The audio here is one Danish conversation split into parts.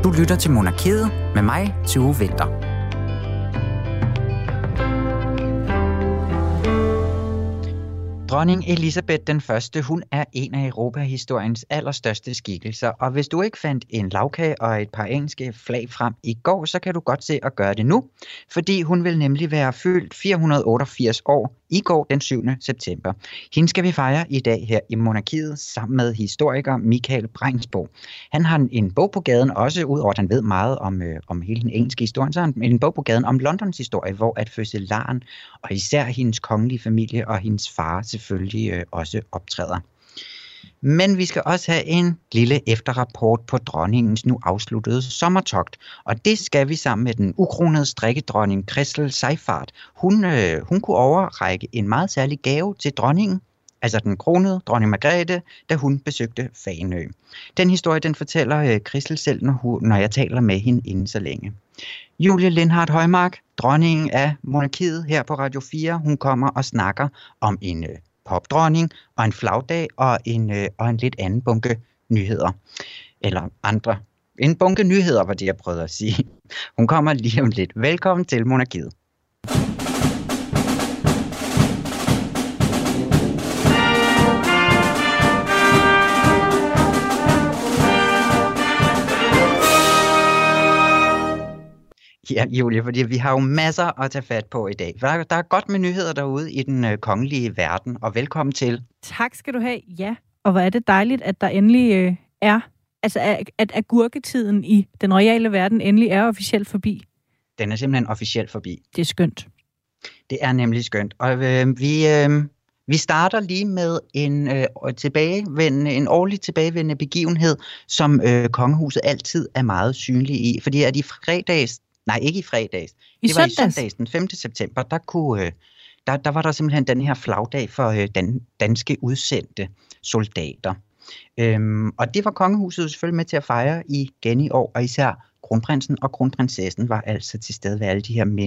Du lytter til Monarkiet med mig, Tue Winther. Dronning Elizabeth den første, hun er en af Europahistoriens allerstørste skikkelser, og hvis du ikke fandt en lagkage og et par engelske flag frem i går, så kan du godt se at gøre det nu, fordi hun vil nemlig være fyldt 488 år i går den 7. september. Hende skal vi fejre i dag her i Monarkiet sammen med historiker Michael Breinsbo. Han har en bog på gaden, også udover at han ved meget om hele den engelske historie, så har han en bog på gaden om Londons historie, hvor at fødselaren og især hendes kongelige familie og hendes far selvfølgelig også optræder. Men vi skal også have en lille efterrapport på dronningens nu afsluttede sommertogt. Og det skal vi sammen med den ukronede strikkedronning Christel Seyfarth. Hun kunne overrække en meget særlig gave til dronningen, altså den kronede dronning Margrethe, da hun besøgte Fanø. Den historie, den fortæller Christel selv, når jeg taler med hende inden så længe. Julie Lindhardt Højmark, dronningen af Monarkiet her på Radio 4, hun kommer og snakker om en popdronning og en flagdag og en lidt anden bunke nyheder. Eller andre. En bunke nyheder var det, jeg prøvede at sige. Hun kommer lige om lidt. Velkommen til Monarkiet. Ja, Julie, fordi vi har jo masser at tage fat på i dag. Der er godt med nyheder derude i den kongelige verden, og velkommen til. Tak skal du have. Ja, og hvor er det dejligt, at der endelig at agurketiden i den royale verden endelig er officielt forbi. Den er simpelthen officielt forbi. Det er skønt. Det er nemlig skønt. Og vi starter lige med en årligt tilbagevendende begivenhed, som kongehuset altid er meget synlig i. Fordi at ikke i fredags. Det var i søndags den 5. september, der var der simpelthen den her flagdag for danske udsendte soldater. Og det var kongehuset selvfølgelig med til at fejre igen i år, og især kronprinsen og kronprinsessen var altså til stede ved alle de her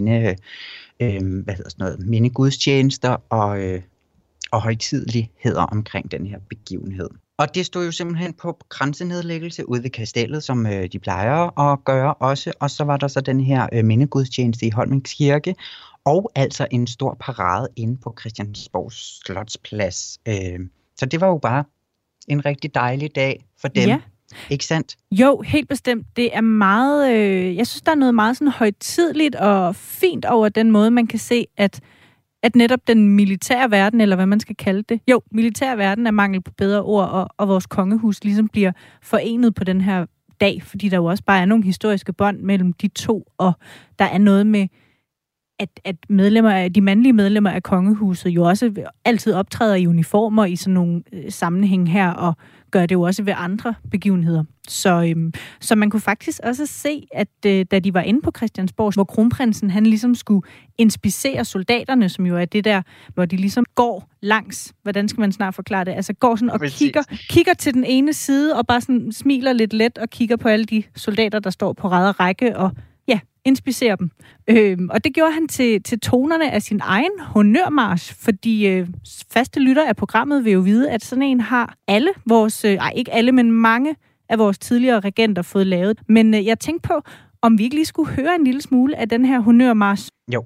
mindegudstjenester og højtideligheder omkring den her begivenhed. Og det stod jo simpelthen på kransenedlæggelse ude ved kastellet, som de plejer at gøre også. Og så var der så den her mindegudstjeneste i Holmens Kirke, og altså en stor parade inde på Christiansborgs Slotsplads. Så det var jo bare en rigtig dejlig dag for dem. Ja. Ikke sandt? Jo, helt bestemt. Det er meget, jeg synes, der er noget meget sådan højtideligt og fint over den måde, man kan se, at netop den militære verden, eller hvad man skal kalde det. Jo, militær verden er mangel på bedre ord, og vores kongehus ligesom bliver forenet på den her dag, fordi der jo også bare er nogle historiske bånd mellem de to, og der er noget med, at de mandlige medlemmer af kongehuset jo også altid optræder i uniformer i sådan nogle sammenhæng her, og gør det jo også ved andre begivenheder. Så man kunne faktisk også se, at da de var inde på Christiansborg, hvor kronprinsen han ligesom skulle inspicere soldaterne, som jo er det der, hvor de ligesom går langs, hvordan skal man snart forklare det, altså går sådan og kigger til den ene side, og bare sådan smiler lidt let og kigger på alle de soldater, der står på rad og række, og inspicere dem. Og det gjorde han til tonerne af sin egen honnørmarch, fordi faste lytter af programmet vil jo vide, at sådan en har alle vores, ikke alle, men mange af vores tidligere regenter fået lavet. Men jeg tænkte på, om vi ikke lige skulle høre en lille smule af den her honnørmarch. Jo.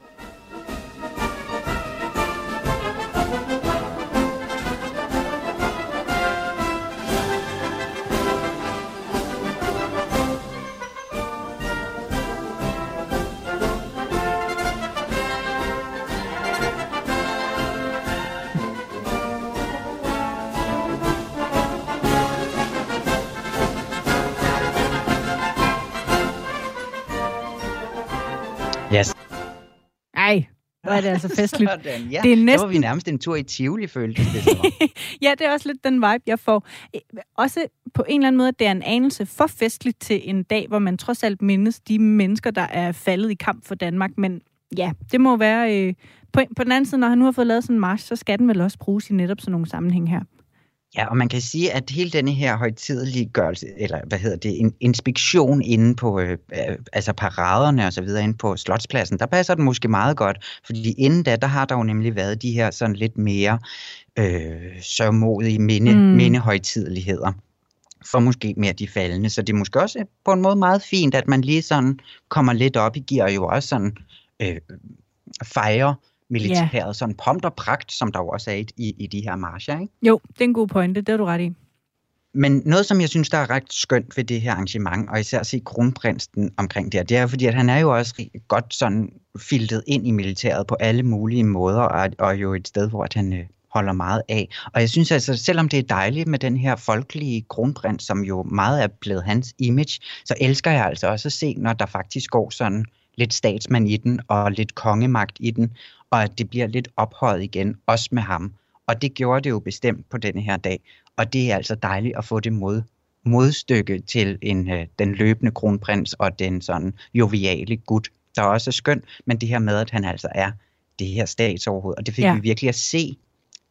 Yes. Ej, hvor er det altså festligt. Sådan, ja. Det er næsten... Så var vi nærmest en tur i Tivoli, følte det som. Ja, det er også lidt den vibe, jeg får. Også på en eller anden måde, det er en anelse for festligt til en dag, hvor man trods alt mindes de mennesker, der er faldet i kamp for Danmark. Men ja, det må være... På den anden side, når han nu har fået lavet sådan en march, så skal den vel også bruges i netop sådan nogle sammenhæng her. Ja, og man kan sige, at hele denne her højtideliggørelse, eller en inspektion inde på paraderne og så videre inde på Slotspladsen, der passer den måske meget godt, fordi inden da, der har der jo nemlig været de her sådan lidt mere sørgmodige mindehøjtideligheder. for måske mere de faldende. Så det er måske også på en måde meget fint, at man lige sådan kommer lidt op i gear, og jo også sådan fejrer militæret, sådan pomp og pragt, som der jo også er i de her marcher, ikke? Jo, det er en god pointe, det har du ret i. Men noget, som jeg synes, der er ret skønt ved det her arrangement, og især at se kronprinsen omkring det er fordi, at han er jo også godt sådan filtet ind i militæret på alle mulige måder, og jo et sted, hvor han holder meget af. Og jeg synes altså, selvom det er dejligt med den her folkelige kronprins, som jo meget er blevet hans image, så elsker jeg altså også at se, når der faktisk går sådan lidt statsmand i den, og lidt kongemagt i den, og at det bliver lidt ophøjet igen, også med ham. Og det gjorde det jo bestemt på denne her dag. Og det er altså dejligt at få det modstykke til den løbende kronprins og den sådan joviale gut, der også er skøn, men det her med, at han altså er det her statsoverhoved, og det fik vi virkelig at se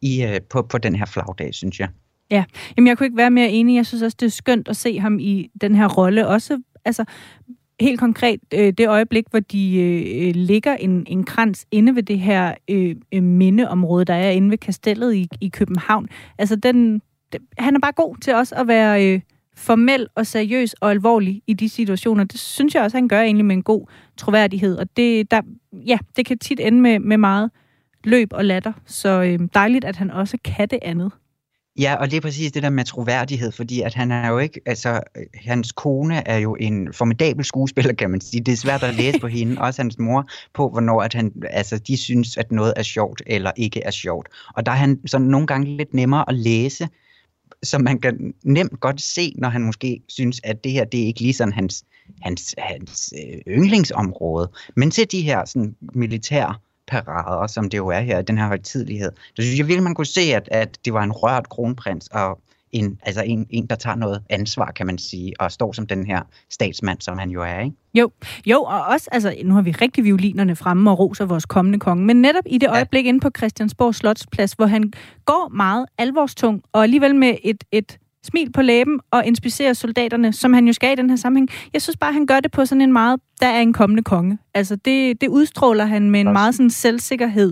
på den her flagdag, synes jeg. Ja, jamen jeg kunne ikke være mere enig. Jeg synes også, det er skønt at se ham i den her rolle. Også, altså, helt konkret, det øjeblik, hvor de lægger en krans inde ved det her mindeområde, der er inde ved kastellet i København. Altså, han er bare god til også at være formel og seriøs og alvorlig i de situationer. Det synes jeg også, han gør egentlig med en god troværdighed. Og det kan tit ende med meget løb og latter. Så dejligt, at han også kan det andet. Ja, og det er præcis det der med troværdighed, fordi at han er jo ikke, altså hans kone er jo en formidabel skuespiller, kan man sige. Det er svært at læse på hende, også hans mor, på hvornår at de synes, at noget er sjovt eller ikke er sjovt. Og der er han sådan nogle gange lidt nemmere at læse, så man kan nemt godt se, når han måske synes, at det her, det er ikke lige sådan hans yndlingsområde. Men til de her sådan militære parader, som det jo er her, den her højtidelighed. Der synes jeg virkelig, man kunne se, at det var en rørt kronprins, og en, der tager noget ansvar, kan man sige, og står som den her statsmand, som han jo er, ikke? Jo, og også, altså, nu har vi rigtig violinerne fremme og roser vores kommende konge, men netop i det øjeblik inde på Christiansborg Slotsplads, hvor han går meget alvorstung, og alligevel med et smil på læben og inspicerer soldaterne, som han jo skal i den her sammenhæng. Jeg synes bare, han gør det på sådan en meget, der er en kommende konge. Altså, det udstråler han med en meget sådan selvsikkerhed,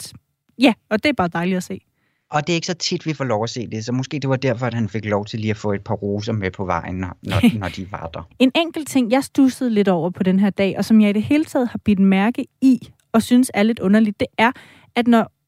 og det er bare dejligt at se. Og det er ikke så tit, vi får lov at se det, så måske det var derfor, at han fik lov til lige at få et par roser med på vejen, når de var der. En enkelt ting, jeg stussede lidt over på den her dag, og som jeg i det hele taget har bidt mærke i, og synes er lidt underligt, det er, at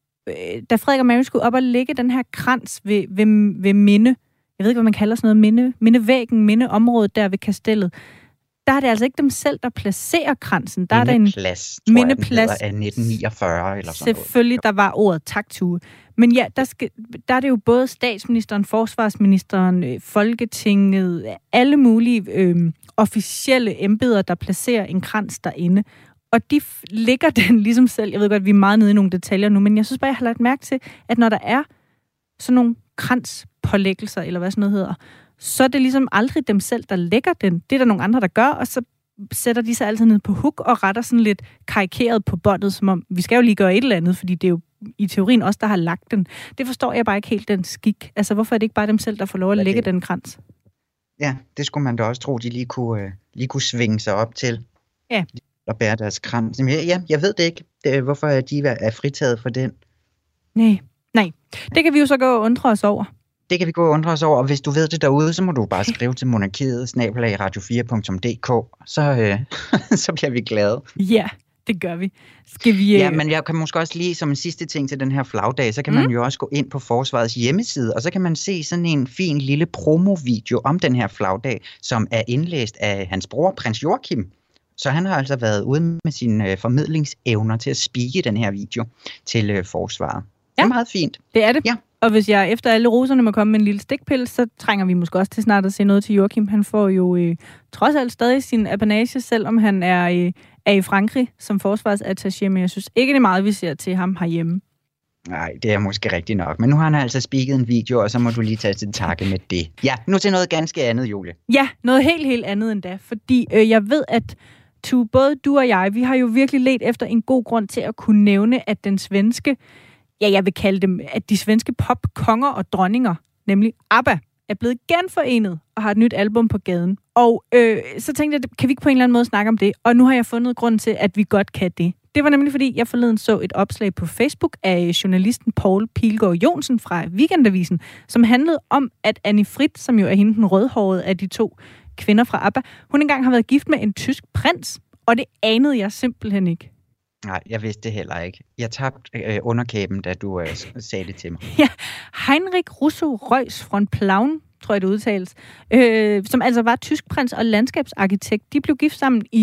da Frederik og Mary skulle op og lægge den her krans ved minde, jeg ved ikke, hvad man kalder sådan noget, mindevæggen, mindeområdet der ved kastellet, der er det altså ikke dem selv, der placerer kransen. Der mindeplads, er der en mindeplads af 1949 eller sådan noget. Selvfølgelig, der var ordet taktue. Men ja, der er det jo både statsministeren, forsvarsministeren, Folketinget, alle mulige officielle embeder, der placerer en krans derinde. Og de ligger den ligesom selv. Jeg ved godt, vi er meget nede i nogle detaljer nu, men jeg synes bare, jeg har lagt mærke til, at når der er sådan nogle kranspålæggelser, eller hvad sådan noget hedder, så er det ligesom aldrig dem selv, der lægger den. Det er der nogle andre, der gør, og så sætter de sig altid ned på hook og retter sådan lidt karikeret på båndet, som om, vi skal jo lige gøre et eller andet, fordi det er jo i teorien også, der har lagt den. Det forstår jeg bare ikke helt, den skik. Altså, hvorfor er det ikke bare dem selv, der får lov at lægge den krans? Ja, det skulle man da også tro, de lige kunne svinge sig op til. Ja. Og bære deres krans. Ja, jeg ved det ikke. Hvorfor de er fritaget for den? Nej. Det kan vi jo så gå og undre os over. Det kan vi gå og undre os over, og hvis du ved det derude, så må du bare skrive til monarkiet@radio4.dk, så bliver vi glade. Ja, det gør vi. Skal vi... Ja, men jeg kan måske også lige som en sidste ting til den her flagdag, så kan man jo også gå ind på Forsvarets hjemmeside, og så kan man se sådan en fin lille promovideo om den her flagdag, som er indlæst af hans bror, prins Joachim. Så han har altså været ude med sine formidlingsevner til at speake den her video til forsvaret. Ja. Det er meget fint. Det er det. Ja. Og hvis jeg efter alle roserne må komme med en lille stikpille, så trænger vi måske også til snart at se noget til Joachim. Han får jo trods alt stadig sin apanage, selvom han er i Frankrig som forsvarsattaché, men jeg synes ikke, det er meget, vi ser til ham herhjemme. Nej, det er måske rigtigt nok. Men nu har han altså spiket en video, og så må du lige tage til takke med det. Ja, nu til noget ganske andet, Julie. Ja, noget helt andet end da. Fordi jeg ved, at både du og jeg, vi har jo virkelig ledt efter en god grund til at kunne nævne, at den svenske, jeg vil kalde dem, at de svenske popkonger og dronninger, nemlig ABBA, er blevet genforenet og har et nyt album på gaden. Og så tænkte jeg, kan vi ikke på en eller anden måde snakke om det? Og nu har jeg fundet grund til, at vi godt kan det. Det var nemlig, fordi jeg forleden så et opslag på Facebook af journalisten Poul Pilgaard Jonsen fra Weekendavisen, som handlede om, at Annie Frid, som jo er hende den rødhårede af de 2 kvinder fra ABBA, hun engang har været gift med en tysk prins, og det anede jeg simpelthen ikke. Nej, jeg vidste det heller ikke. Jeg tabte underkæben, da du sagde det til mig. Ja, Heinrich Russo-Reuss von Plauen, tror jeg det udtales, som altså var tysk prins og landskabsarkitekt, de blev gift sammen i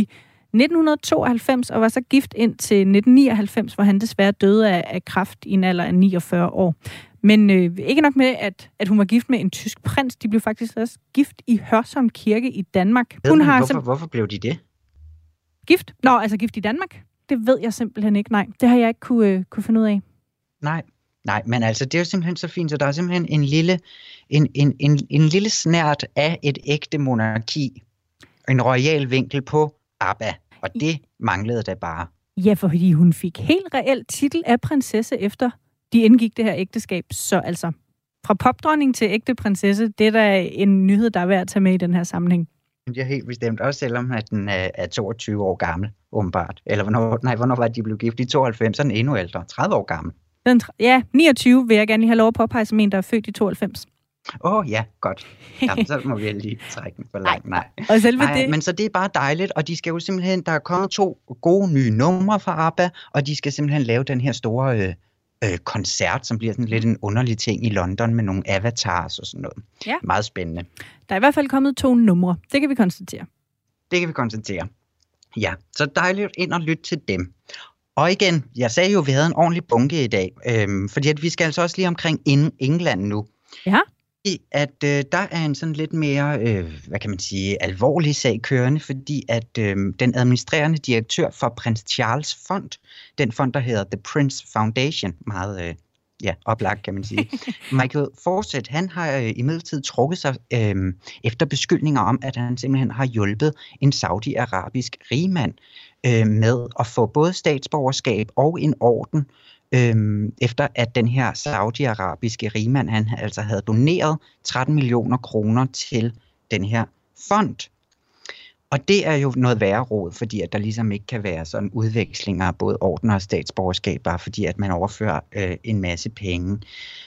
1992 og var så gift ind til 1999, hvor han desværre døde af kræft i en alder af 49 år. Men ikke nok med, at hun var gift med en tysk prins, de blev faktisk også gift i Hørsholm Kirke i Danmark. Hvorfor blev de det? Gift? Altså gift i Danmark? Det ved jeg simpelthen ikke, nej. Det har jeg ikke kunne finde ud af. Nej, men altså, det er jo simpelthen så fint, så der er simpelthen en lille snert af et ægte monarki, en royal vinkel på ABBA, og det manglede da bare. Ja, fordi hun fik helt reelt titel af prinsesse efter de indgik det her ægteskab, så altså fra popdronning til ægte prinsesse, det er da en nyhed, der er værd at tage med i den her sammenhæng. Det er helt bestemt, også selvom at den er 22 år gammel, åbenbart. Eller hvornår var de blevet gift? I 92, så er den endnu ældre, 30 år gammel. Ja, 29 vil jeg gerne lige have lov at påpege som en, der er født i 92. Ja, godt. Jamen, så må vi lige trække den for langt. Nej. Og det... Men så det er bare dejligt, og de skal jo simpelthen, der er kommet 2 gode nye numre fra ABBA, og de skal simpelthen lave den her store koncert, som bliver sådan lidt en underlig ting i London med nogle avatars og sådan noget. Ja. Meget spændende. Der er i hvert fald kommet 2 numre. Det kan vi konstatere. Ja, så dejligt ind og lytte til dem. Og igen, jeg sagde jo, at vi havde en ordentlig bunke i dag, fordi at vi skal altså også lige omkring England nu. Ja. At der er en sådan lidt mere, hvad kan man sige, alvorlig sag kørende, fordi at den administrerende direktør for Prins Charles Fond, den fond, der hedder The Prince Foundation, meget oplagt kan man sige, Michael Fawcett, han har imidlertid trukket sig efter beskyldninger om, at han simpelthen har hjulpet en saudi-arabisk rigmand med at få både statsborgerskab og en orden, efter at den her saudi-arabiske rigmand, han altså havde doneret 13 millioner kroner til den her fond. Og det er jo noget værre råd, fordi at der ligesom ikke kan være sådan udvekslinger af både orden og statsborgerskab, bare fordi at man overfører en masse penge.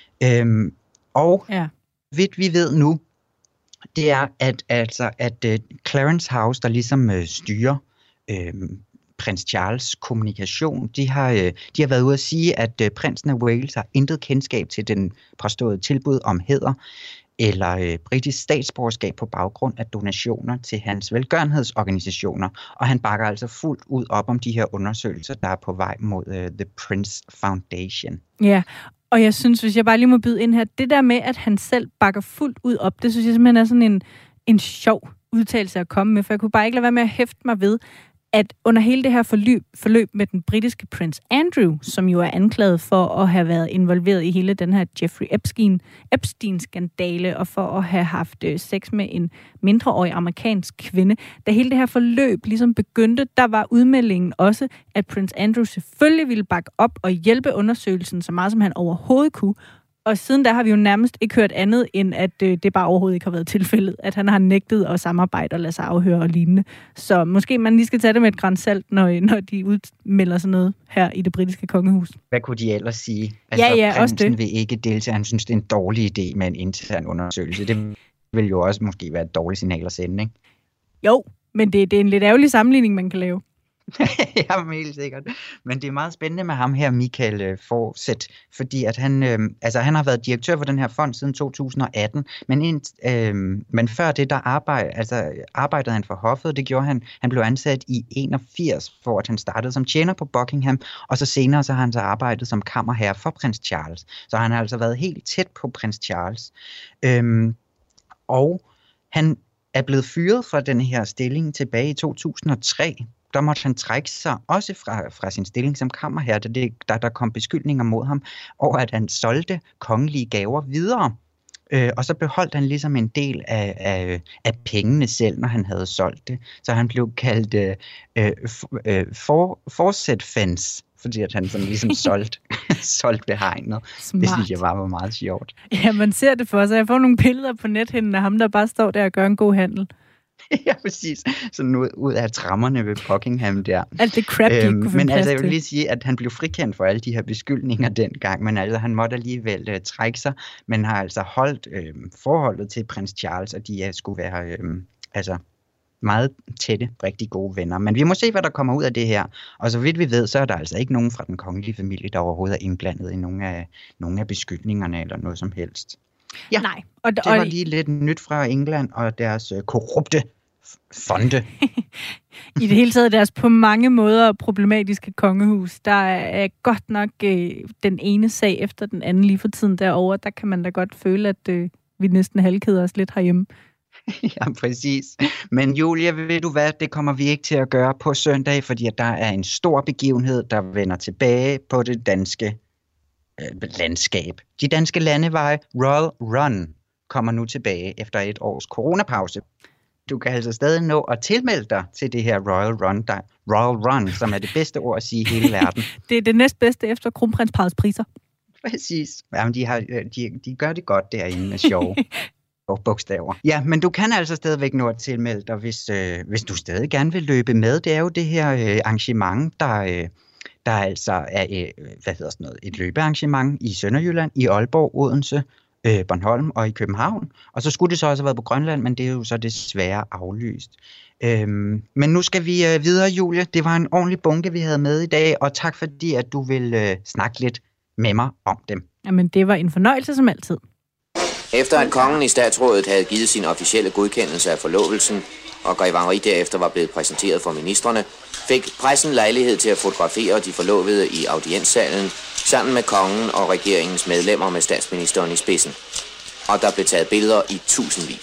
Vidt vi ved nu, det er, at Clarence House, der ligesom styrer prins Charles' kommunikation, de har været ude at sige, at prinsen af Wales har intet kendskab til den påståede tilbud om hæder eller britisk statsborgerskab på baggrund af donationer til hans velgørenhedsorganisationer, og han bakker altså fuldt ud op om de her undersøgelser, der er på vej mod The Prince Foundation. Ja, og jeg synes, hvis jeg bare lige må byde ind her, det der med, at han selv bakker fuldt ud op, det synes jeg simpelthen er sådan en sjov udtalelse at komme med, for jeg kunne bare ikke lade være med at hæfte mig ved, at under hele det her forløb med den britiske prins Andrew, som jo er anklaget for at have været involveret i hele den her Jeffrey Epstein-skandale og for at have haft sex med en mindreårig amerikansk kvinde. Da hele det her forløb ligesom begyndte, der var udmeldingen også, at prins Andrew selvfølgelig ville bakke op og hjælpe undersøgelsen så meget, som han overhovedet kunne. Og siden da har vi jo nærmest ikke hørt andet, end at det bare overhovedet ikke har været tilfældet. At han har nægtet at samarbejde og lade sig afhøre og lignende. Så måske man lige skal tage det med et gran salt, når de udmelder sådan noget her i det britiske kongehus. Hvad kunne de ellers sige? Prinsen også det. Vil ikke deltage. Han synes, det er en dårlig idé med en intern undersøgelse. Det vil jo også måske være et dårligt signal at sende, ikke? Jo, men det er en lidt ærgerlig sammenligning, man kan lave. Jamen helt sikkert. Men det er meget spændende med ham her, Michael Fawcett, fordi at han har været direktør for den her fond siden 2018, men før det, der arbejdede han for hoffet, det gjorde han. Han blev ansat i 81, hvor han startede som tjener på Buckingham, og så senere så har han så arbejdet som kammerherre for prins Charles. Så han har altså været helt tæt på prins Charles. Og han er blevet fyret fra den her stilling tilbage i 2003. Der måtte han trække sig også fra sin stilling som kammerherre, da der kom beskyldninger mod ham over, at han solgte kongelige gaver videre. Og så beholdt han ligesom en del af pengene selv, når han havde solgt det. Så han blev kaldt Fawcett-fans, fordi at han sådan ligesom solgt ved hegnet. Smart. Det synes jeg var meget sjovt. Ja, man ser det for sig. Jeg får nogle billeder på nethinden af ham, der bare står der og gør en god handel. Ja, præcis. Sådan ud af trammerne ved Buckingham der. Alt det crap, de kunne finde men plads altså, jeg vil til. lige sige, at han blev frikendt for alle de her beskyldninger dengang, men altså, han måtte alligevel trække sig, men har altså holdt forholdet til prins Charles, og de skulle være meget tætte, rigtig gode venner. Men vi må se, hvad der kommer ud af det her. Og så vidt vi ved, så er der altså ikke nogen fra den kongelige familie, der overhovedet er indblandet i nogle af beskyldningerne eller noget som helst. Ja, nej. Det var lige lidt nyt fra England og deres korrupte fonde. I det hele taget deres på mange måder problematiske kongehus. Der er godt nok den ene sag efter den anden lige for tiden derovre. Der kan man da godt føle, at vi næsten halvkeder os lidt herhjemme. Ja, præcis. Men Julia, ved du hvad, det kommer vi ikke til at gøre på søndag, fordi der er en stor begivenhed, der vender tilbage på det danske landskab. De danske landeveje Royal Run kommer nu tilbage efter et års coronapause. Du kan altså stadig nå at tilmelde dig til det her Royal Run, som er det bedste ord at sige i hele verden. Det er det næstbedste efter kronprinsparrets priser. Præcis. Jamen, de gør det godt derinde med sjove bogstaver. Ja, men du kan altså stadigvæk nå at tilmelde dig, hvis du stadig gerne vil løbe med. Det er jo det her arrangement, der altså er et løbearrangement i Sønderjylland, i Aalborg, Odense, Bornholm og i København. Og så skulle det så også have været på Grønland, men det er jo så desværre aflyst. Men nu skal vi videre, Julie. Det var en ordentlig bunke, vi havde med i dag, og tak fordi, at du vil snakke lidt med mig om dem. Jamen, det var en fornøjelse som altid. Efter at kongen i statsrådet havde givet sin officielle godkendelse af forlovelsen, og Grev Henri derefter var blevet præsenteret for ministrene, fik pressen lejlighed til at fotografere de forlovede i audienssalen sammen med kongen og regeringens medlemmer med statsministeren i spidsen. Og der blev taget billeder i tusindvis.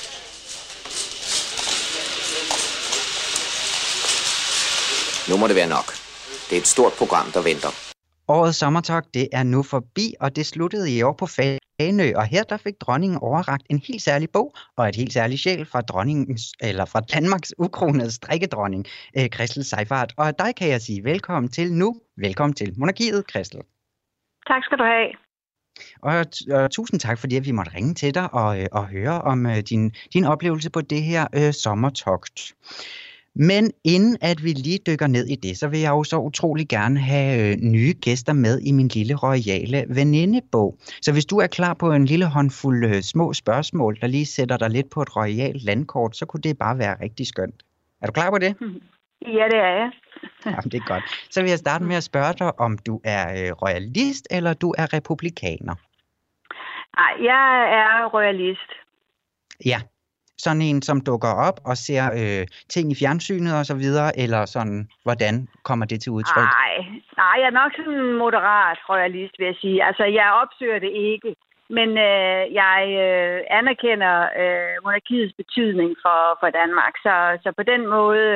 Nu må det være nok. Det er et stort program, der venter. Årets sommertog, det er nu forbi, og det sluttede i år på Fanø, og her der fik dronningen overrakt en helt særlig bog og et helt særligt sjæl fra Danmarks ukronede strikkedronning, Christel Seyfarth. Og dig kan jeg sige velkommen til nu. Velkommen til Monarkiet, Christel. Tak skal du have. Og tusind tak, fordi vi måtte ringe til dig og høre om din oplevelse på det her sommertogt. Men inden at vi lige dykker ned i det, så vil jeg jo så utrolig gerne have nye gæster med i min lille royale venindebog. Så hvis du er klar på en lille håndfuld små spørgsmål, der lige sætter dig lidt på et royalt landkort, så kunne det bare være rigtig skønt. Er du klar på det? Ja, det er jeg. Jamen, det er godt. Så vil jeg starte med at spørge dig, om du er royalist eller du er republikaner? Nej, jeg er royalist. Ja. Sådan en, som dukker op og ser ting i fjernsynet og så videre, eller sådan, hvordan kommer det til udtryk? Nej, jeg er nok sådan en moderat royalist, vil jeg sige. Altså, jeg opsøger det ikke, men jeg anerkender monarkiets betydning for Danmark. Så på den måde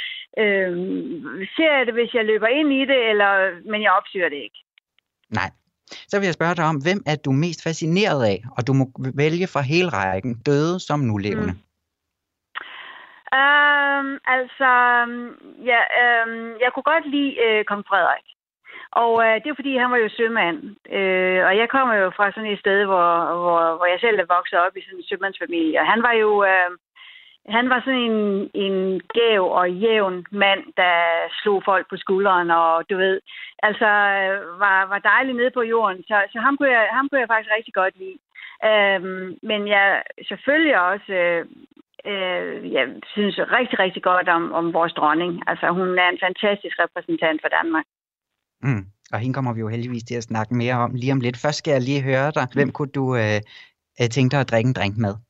ser jeg det, hvis jeg løber ind i det, men jeg opsøger det ikke. Nej. Så vil jeg spørge dig om, hvem er du mest fascineret af? Og du må vælge fra hele rækken, døde som nulevende. Jeg kunne godt lide kong Frederik. Og det er fordi, han var jo sømand. Og jeg kommer jo fra sådan et sted, hvor jeg selv er vokset op i sådan en sømandsfamilie. Og han var jo... Han var sådan en gæv og jævn mand, der slog folk på skulderen, og du ved, altså var dejlig nede på jorden. Så ham kunne jeg faktisk rigtig godt lide. Men jeg selvfølgelig også jeg synes rigtig, rigtig godt om vores dronning. Altså hun er en fantastisk repræsentant for Danmark. Og hende kommer vi jo heldigvis til at snakke mere om lige om lidt. Først skal jeg lige høre dig. Hvem kunne du tænke dig at drikke en drink med?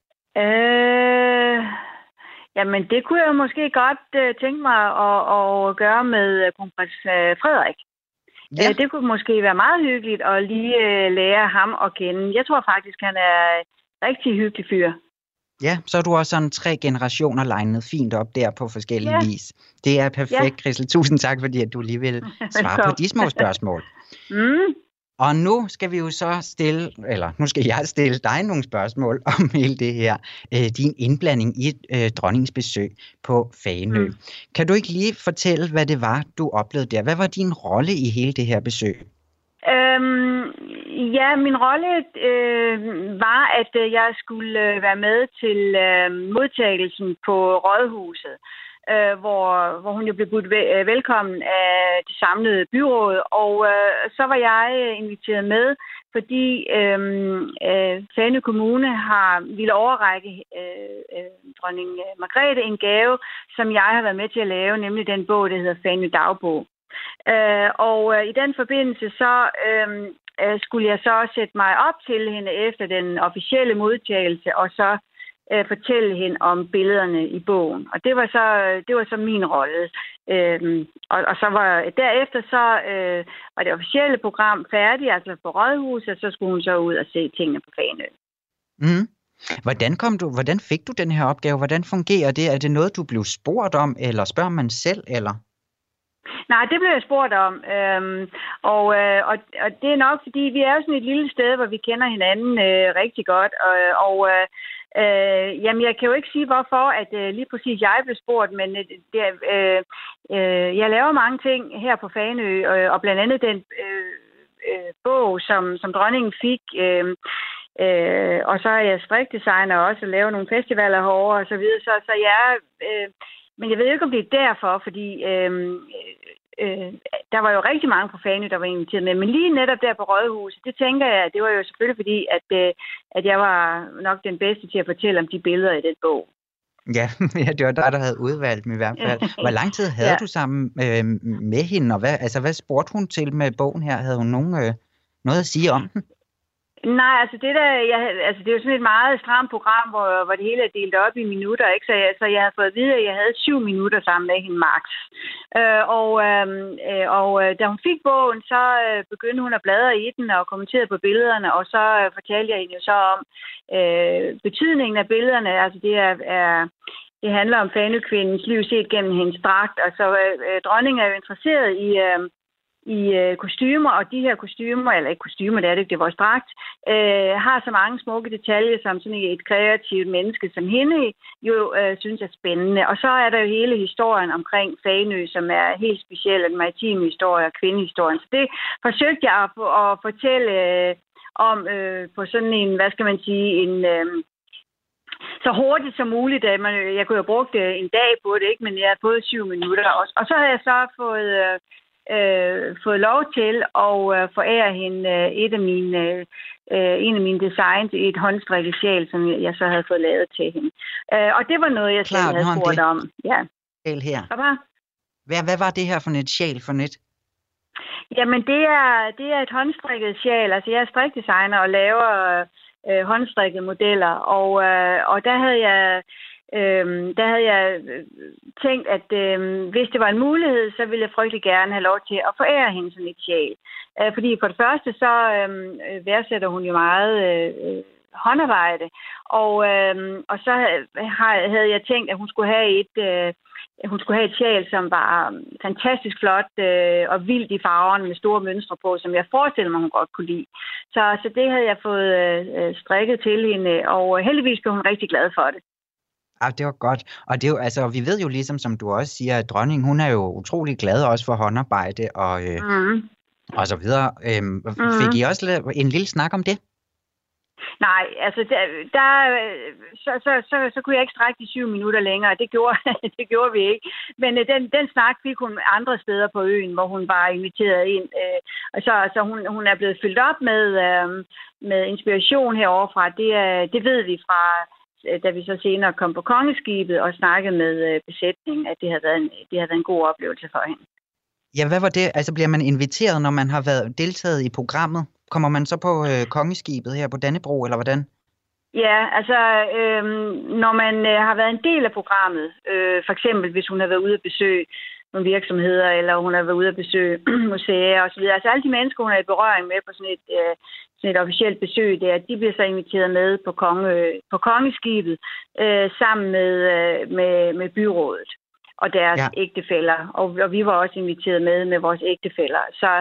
Jamen, det kunne jeg måske godt tænke mig at gøre med kronprins Frederik. Ja. Det kunne måske være meget hyggeligt at lige lære ham at kende. Jeg tror faktisk, han er en rigtig hyggelig fyr. Ja, så er du også sådan 3 generationer legnet fint op der på forskellige vis. Det er perfekt, Christel. Tusind tak, fordi at du lige vil svare på de små spørgsmål. Og nu skal vi jo så nu skal jeg stille dig nogle spørgsmål om hele det her, din indblanding i dronningens besøg på Fanø. Kan du ikke lige fortælle, hvad det var, du oplevede der? Hvad var din rolle i hele det her besøg? Ja, min rolle var, at jeg skulle være med til modtagelsen på Rådhuset, hvor hun jo blev budt velkommen af det samlede byråd, og så var jeg inviteret med, fordi Fanø Kommune ville overrække dronning Margrethe en gave, som jeg har været med til at lave, nemlig den bog, der hedder Fanø Dagbog. Og i den forbindelse så skulle jeg så sætte mig op til hende efter den officielle modtagelse, og så fortælle hende om billederne i bogen. Og det var så min rolle. Og så var derefter så var det officielle program færdigt, altså på Rådhuset, så skulle hun så ud og se tingene på Fanø. Mm. Hvordan fik du den her opgave? Hvordan fungerer det? Er det noget, du blev spurgt om, eller spørger man selv, eller? Nej, det blev jeg spurgt om, og det er nok, fordi vi er jo sådan et lille sted, hvor vi kender hinanden rigtig godt, jamen jeg kan jo ikke sige, hvorfor at lige præcis jeg blev spurgt, men jeg laver mange ting her på Fanø, og blandt andet den bog, som dronningen fik, og så er jeg strikdesigner også, og laver nogle festivaler herovre og så videre, så jeg men jeg ved ikke, om det er derfor, fordi der var jo rigtig mange på Fanø, der var inviteret med. Men lige netop der på Rådhuset, det tænker jeg, det var jo selvfølgelig fordi, at jeg var nok den bedste til at fortælle om de billeder i den bog. Ja, det var der havde udvalgt dem i hvert fald. Hvor lang tid havde du sammen med hende, og hvad spurgte hun til med bogen her? Havde hun noget at sige om den? Nej, altså det er jo sådan et meget stramt program, hvor det hele er delt op i minutter, ikke? Så jeg havde fået at vide, at jeg havde 7 minutter sammen med hende max. Og da hun fik bogen, så begyndte hun at bladre i den og kommentere på billederne, og så fortalte jeg hende jo så om betydningen af billederne. Altså det handler om Fanø-kvindens liv set gennem hendes dragt, og så dronningen er jo interesseret i kostymer, og de her kostymer, eller ikke kostymer, det er det er vores dragt, har så mange smukke detaljer, som sådan et kreativt menneske som hende jo synes er spændende. Og så er der jo hele historien omkring Fanø, som er helt speciel, den maritime historie og kvindehistorien. Så det forsøgte jeg at fortælle om på sådan en, hvad skal man sige, så hurtigt som muligt. Jeg kunne have brugt en dag på det, ikke? Men jeg har fået 7 minutter. Og så havde jeg så fået lov til at forære hende en af mine designs, et håndstrikket sjal, som jeg så havde fået lavet til hende. Og det var noget, jeg selv havde spurgt om. Ja. Her. Hvad var det her for et sjal for net? Jamen, det er et håndstrikket sjal. Altså, jeg er strikdesigner og laver håndstrikkede modeller, og der havde jeg tænkt, at hvis det var en mulighed, så ville jeg frygtelig gerne have lov til at forære hende sådan et sjal. Fordi for det første, så værdsætter hun jo meget håndarbejde, og så havde jeg tænkt, at hun skulle have et sjal, som var fantastisk flot og vildt i farverne med store mønstre på, som jeg forestiller mig, hun godt kunne lide. Så det havde jeg fået strikket til hende, og heldigvis blev hun rigtig glad for det. Ja, det var godt. Og det er jo, altså, vi ved jo ligesom, som du også siger, at dronningen, hun er jo utrolig glad også for håndarbejde og så videre. Fik I også en lille snak om det? Nej, altså så kunne jeg ikke strække de 7 minutter længere. Det gjorde vi ikke. Men den snak fik hun andre steder på øen, hvor hun var inviteret ind. Så hun er blevet fyldt op med inspiration heroverfra. Det ved vi fra, da vi så senere kom på kongeskibet og snakkede med besætningen, at det havde været en god oplevelse for hende. Ja, hvad var det? Altså bliver man inviteret, når man har deltaget i programmet? Kommer man så på kongeskibet her på Dannebro, eller hvordan? Ja, altså når man har været en del af programmet, for eksempel hvis hun har været ude at besøge nogle virksomheder, eller hun har været ude at besøge museer osv. Altså alle de mennesker, hun er i berøring med på sådan et officielt besøg, de bliver så inviteret med på kongeskibet sammen med byrådet og deres ægtefæller. Og vi var også inviteret med vores ægtefæller.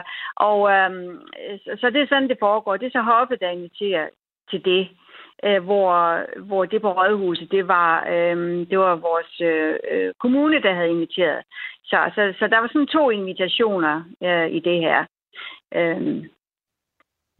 Så det er sådan, det foregår. Det er så hoffet, der inviterer til det, hvor det på Rådhuset, det var vores kommune, der havde inviteret. Så der var sådan 2 invitationer i det her.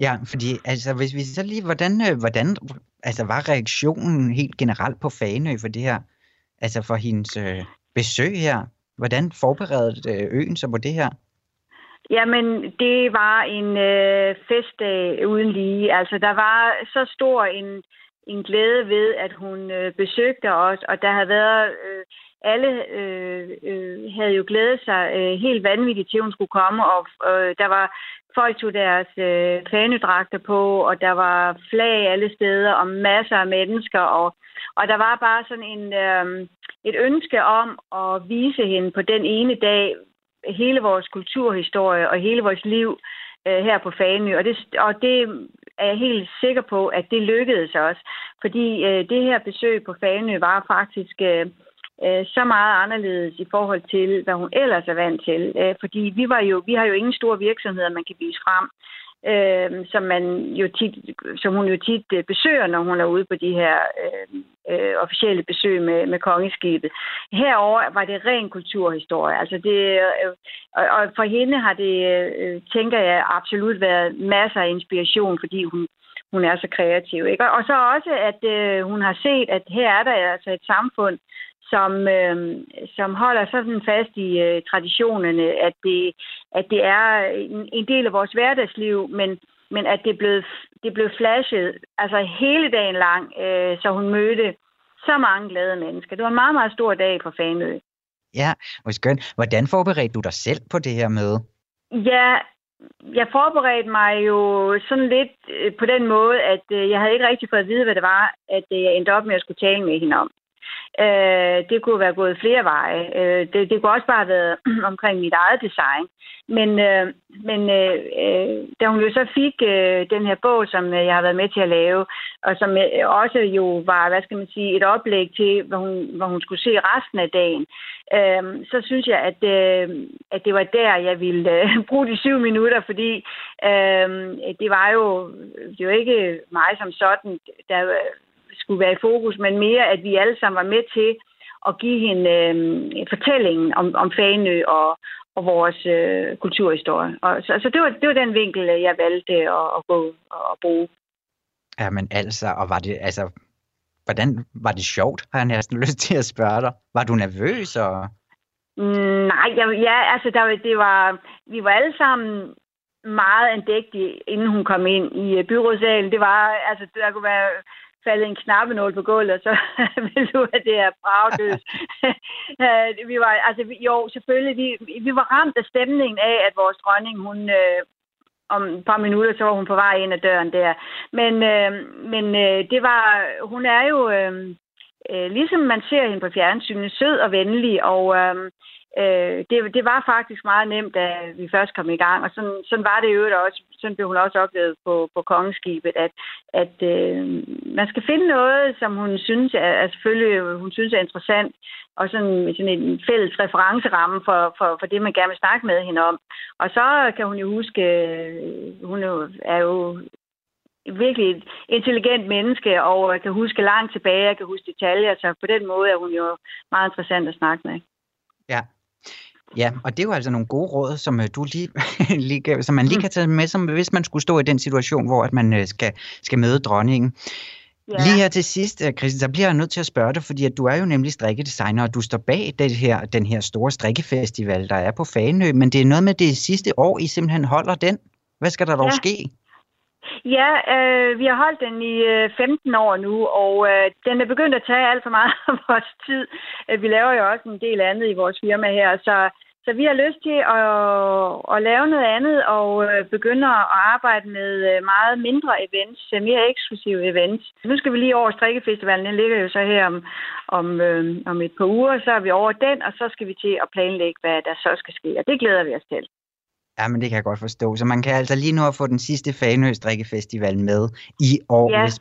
Ja, fordi altså, hvis vi så lige, hvordan altså, var reaktionen helt generelt på Fanø for det her, altså for hendes besøg her? Hvordan forberedte øen sig på det her? Jamen, det var en festdag uden lige. Altså, der var så stor en glæde ved, at hun besøgte os, og der havde været... alle havde jo glædet sig helt vanvittigt til, hun skulle komme, og der var folk tog deres Fanø-dragter på, og der var flag alle steder, og masser af mennesker, og der var bare sådan et ønske om at vise hende på den ene dag hele vores kulturhistorie og hele vores liv her på Fanø, og det er jeg helt sikker på, at det lykkedes også, fordi det her besøg på Fanø var faktisk så meget anderledes i forhold til, hvad hun ellers er vant til. Fordi vi har jo ingen store virksomheder, man kan vise frem, som hun jo tit besøger, når hun er ude på de her officielle besøg med kongeskibet. Herover var det ren kulturhistorie. Altså og for hende har det, tænker jeg, absolut været masser af inspiration, fordi hun er så kreativ. Ikke? Og så også, at hun har set, at her er der altså et samfund, som holder sådan fast i traditionerne, at det er en del af vores hverdagsliv, men at det blev flashet altså hele dagen lang, så hun mødte så mange glade mennesker. Det var en meget, meget stor dag på Fanø. Ja, og skønt. Hvordan forberedte du dig selv på det her møde? Ja, jeg forberedte mig jo sådan lidt på den måde, at jeg havde ikke rigtig fået at vide, hvad det var, at jeg endte op med at skulle tale med hende om. Det kunne være gået flere veje. Det kunne også bare have været omkring mit eget design. Men da hun jo så fik den her bog, som jeg har været med til at lave, og som også jo var, hvad skal man sige, et oplæg til, hvad hun skulle se resten af dagen, så synes jeg, at det var der, jeg ville bruge de 7 minutter, fordi det var jo ikke mig som sådan, der skulle være i fokus, men mere, at vi alle sammen var med til at give hende fortællingen om Fanø og vores kulturhistorie. Og så det var den vinkel, jeg valgte at gå og bruge. Ja, men altså, og var det, altså, hvordan var det sjovt, har jeg næsten lyst til at spørge dig? Var du nervøs? Og... Nej, vi var alle sammen meget andægtige, inden hun kom ind i byrådssalen. Det var, altså, der kunne være faldet en knappenål på gulvet, og så ville du have det her bragdøs. Vi var, altså, selvfølgelig, vi var ramt af stemningen af, at vores dronning, hun om et par minutter, så var hun på vej ind ad døren der. Men det var, hun er jo, ligesom man ser hende på fjernsynet, sød og venlig, og det var faktisk meget nemt, da vi først kom i gang, og sådan var det jo også. Sådan blev hun også oplevet på kongeskibet, at man skal finde noget, som hun synes er interessant, og sådan en fælles referenceramme for det, man gerne vil snakke med hende om. Og så kan hun jo huske, hun er jo virkelig et intelligent menneske, og kan huske langt tilbage, og kan huske detaljer, så på den måde er hun jo meget interessant at snakke med. Ja, og det er jo altså nogle gode råd, som du som man lige kan tage med, som hvis man skulle stå i den situation, hvor at man skal møde dronningen. Ja. Lige her til sidst, Christian, så bliver jeg nødt til at spørge dig, fordi at du er jo nemlig strikkedesigner, og du står bag den her store strikkefestival, der er på Fanø, men det er noget med det sidste år, I simpelthen holder den. Hvad skal der dog ske? Ja, vi har holdt den i 15 år nu, og den er begyndt at tage alt for meget af vores tid. Vi laver jo også en del andet i vores firma her, så vi har lyst til at lave noget andet og begynde at arbejde med meget mindre events, mere eksklusive events. Nu skal vi lige over strikkefestivalen, den ligger jo så her om et par uger, så er vi over den, og så skal vi til at planlægge, hvad der så skal ske, og det glæder vi os til. Ja, men det kan jeg godt forstå. Så man kan altså lige nu få den sidste Fanø Strikkefestival med i år, ja.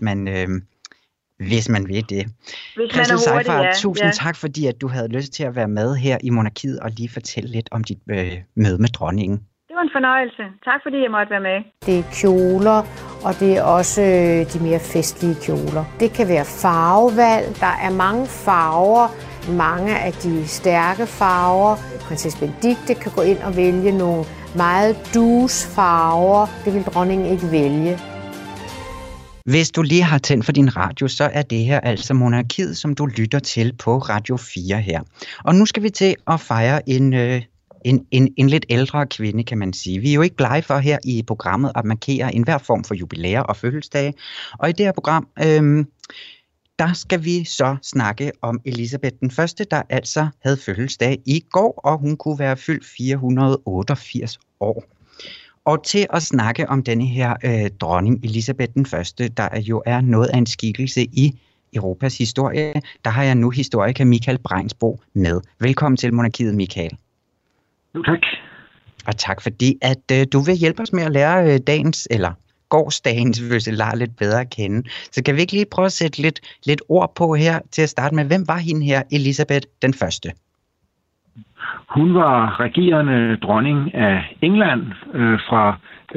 hvis man vil det. Christel Seyfarth, ja. Tusind tak, fordi at du havde lyst til at være med her i Monarkiet og lige fortælle lidt om dit møde med dronningen. Det var en fornøjelse. Tak fordi jeg måtte være med. Det er kjoler, og det er også de mere festlige kjoler. Det kan være farvevalg. Der er mange farver, mange af de stærke farver. Prinsesse Benedikte kan gå ind og vælge nogle meget douce farver. Det vil dronningen ikke vælge. Hvis du lige har tændt for din radio, så er det her altså Monarkiet, som du lytter til på Radio 4 her. Og nu skal vi til at fejre en lidt ældre kvinde, kan man sige. Vi er jo ikke blege for her i programmet at markere enhver form for jubilæer og fødselsdage. Og i det her program, der skal vi så snakke om Elisabeth den Første, der altså havde fødselsdag i går, og hun kunne være fyldt 488 år. Og til at snakke om denne her dronning Elisabeth den Første, der jo er noget af en skikkelse i Europas historie, der har jeg nu historiker Michael Breinsbo med. Velkommen til Monarkiet, Michael. Jo, tak. Og tak fordi, at du vil hjælpe os med at lære dagens, eller gårsdagens fødselar lidt bedre at kende. Så kan vi ikke lige prøve at sætte lidt ord på her til at starte med. Hvem var hende her, Elisabeth den Første? Hun var regerende dronning af England fra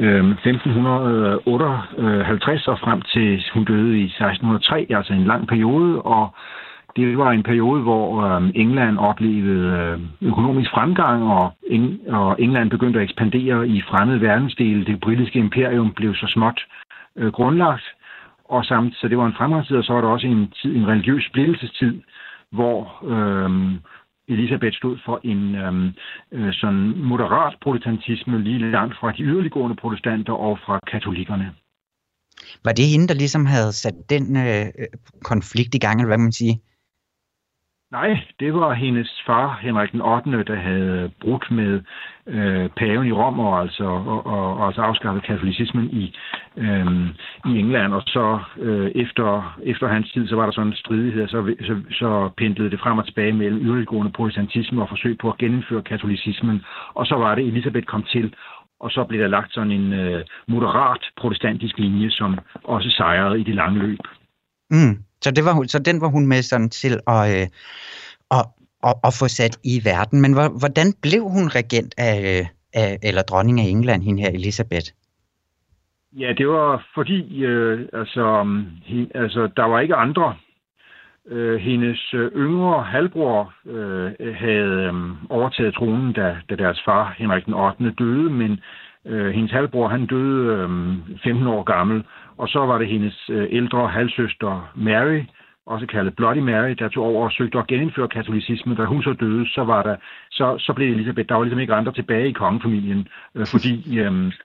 1558 og frem til hun døde i 1603, altså en lang periode, og det var en periode, hvor England oplevede økonomisk fremgang, og England begyndte at ekspandere i fremmede verdensdele. Det britiske imperium blev så småt grundlagt, og samtidig, så det var en fremgangstid, og så var der også en religiøs splittelsestid, hvor Elisabeth stod for en sådan moderat protestantisme, lige langt fra de yderliggående protestanter og fra katolikkerne. Var det hende, der ligesom havde sat den konflikt i gang, eller hvad man sige? Nej, det var hendes far, Henrik den 8., der havde brudt med paven i Rom og altså afskaffet katolicismen i England. Og så efter hans tid, så var der sådan en stridighed, så pendlede det frem og tilbage mellem yderliggående protestantisme og forsøg på at genindføre katolicismen. Og så var det, Elisabeth kom til, og så blev der lagt sådan en moderat protestantisk linje, som også sejrede i det lange løb. Mm. Så den var hun med sådan til at få sat i verden. Men hvordan blev hun regent eller dronning af England, hende her Elisabeth? Ja, det var fordi, der var ikke andre. Hendes yngre halvbror havde overtaget tronen, da deres far, Henrik den 8., døde, men hendes halvbror, han døde 15 år gammel, og så var det hendes ældre halvsøster Mary, også kaldet Bloody Mary, der tog over og søgte at genindføre katolicismen. Da hun så døde, så blev Elisabeth, der var ligesom ikke andre tilbage i kongefamilien, fordi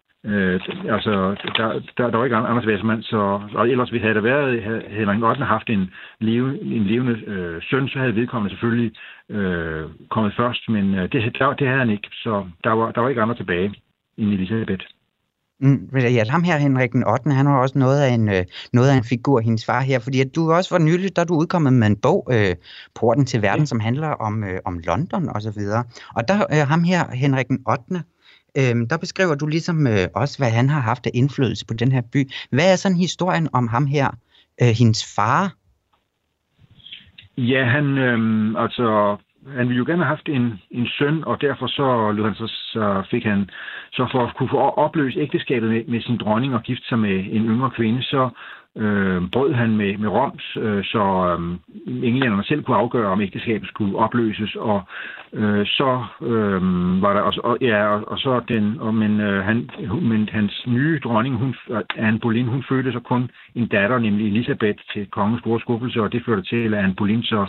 der var ikke andre tilbage, og ellers havde der været, havde Henrik 8. haft en levende søn, så havde vedkommende selvfølgelig kommet først, men det havde han ikke, så der var ikke andre tilbage end Elisabeth. Ja, ham her, Henrik den 8., han var også noget af en figur, hendes far her, fordi at du også for nylig, da du udkommet med en bog, Porten til verden, som handler om London og så videre. Og der ham her, Henrik den 8., der beskriver du ligesom også, hvad han har haft af indflydelse på den her by. Hvad er sådan historien om ham her, hendes far? Ja, han ville jo gerne have haft en søn, og derfor så fik han, så for at kunne få opløse ægteskabet med sin dronning og gifte sig med en yngre kvinde, så brød han med Rom, så englænderne selv kunne afgøre, om ægteskabet skulle opløses, og så var der men hans nye dronning, Anne Boleyn, hun fødte så kun en datter, nemlig Elisabeth, til kongens store skuffelse, og det førte til, at Anne Boleyn så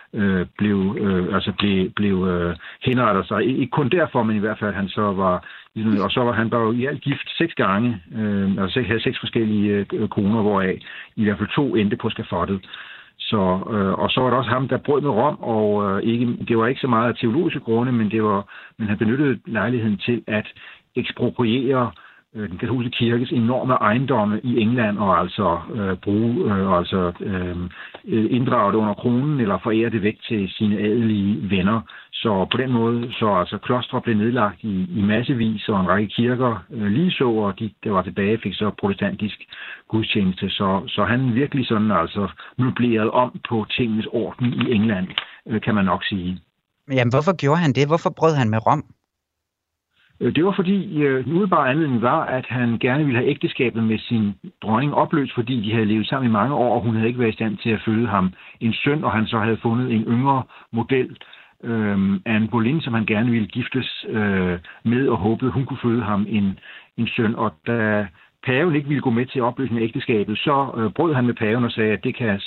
blev henrettet sig. Ikke kun derfor, men i hvert fald han så var, og så var han bare i alt gift 6 gange, altså havde 6 forskellige koner, hvoraf i hvert fald 2 endte på skafottet. Og så var det også ham, der brød med Rom, og det var ikke så meget af teologiske grunde, men han benyttede lejligheden til at ekspropriere den katolske kirkes enorme ejendomme i England, og inddrage det under kronen, eller forære det væk til sine adelige venner. Så på den måde, så klostre blev nedlagt i massevis, og en række kirker ligeså, og de, der var tilbage, fik så protestantisk gudstjeneste. Så han virkelig sådan møbleret om på tingens orden i England, kan man nok sige. Jamen, hvorfor gjorde han det? Hvorfor brød han med Rom? Det var fordi, den umiddelbare anledning var, at han gerne ville have ægteskabet med sin dronning opløst, fordi de havde levet sammen i mange år, og hun havde ikke været i stand til at føde ham en søn, og han så havde fundet en yngre model, Anne Boleyn, som han gerne ville giftes med, og håbede, hun kunne føde ham en søn. Og da paven ikke ville gå med til opløsning af ægteskabet, så brød han med paven og sagde, at det kan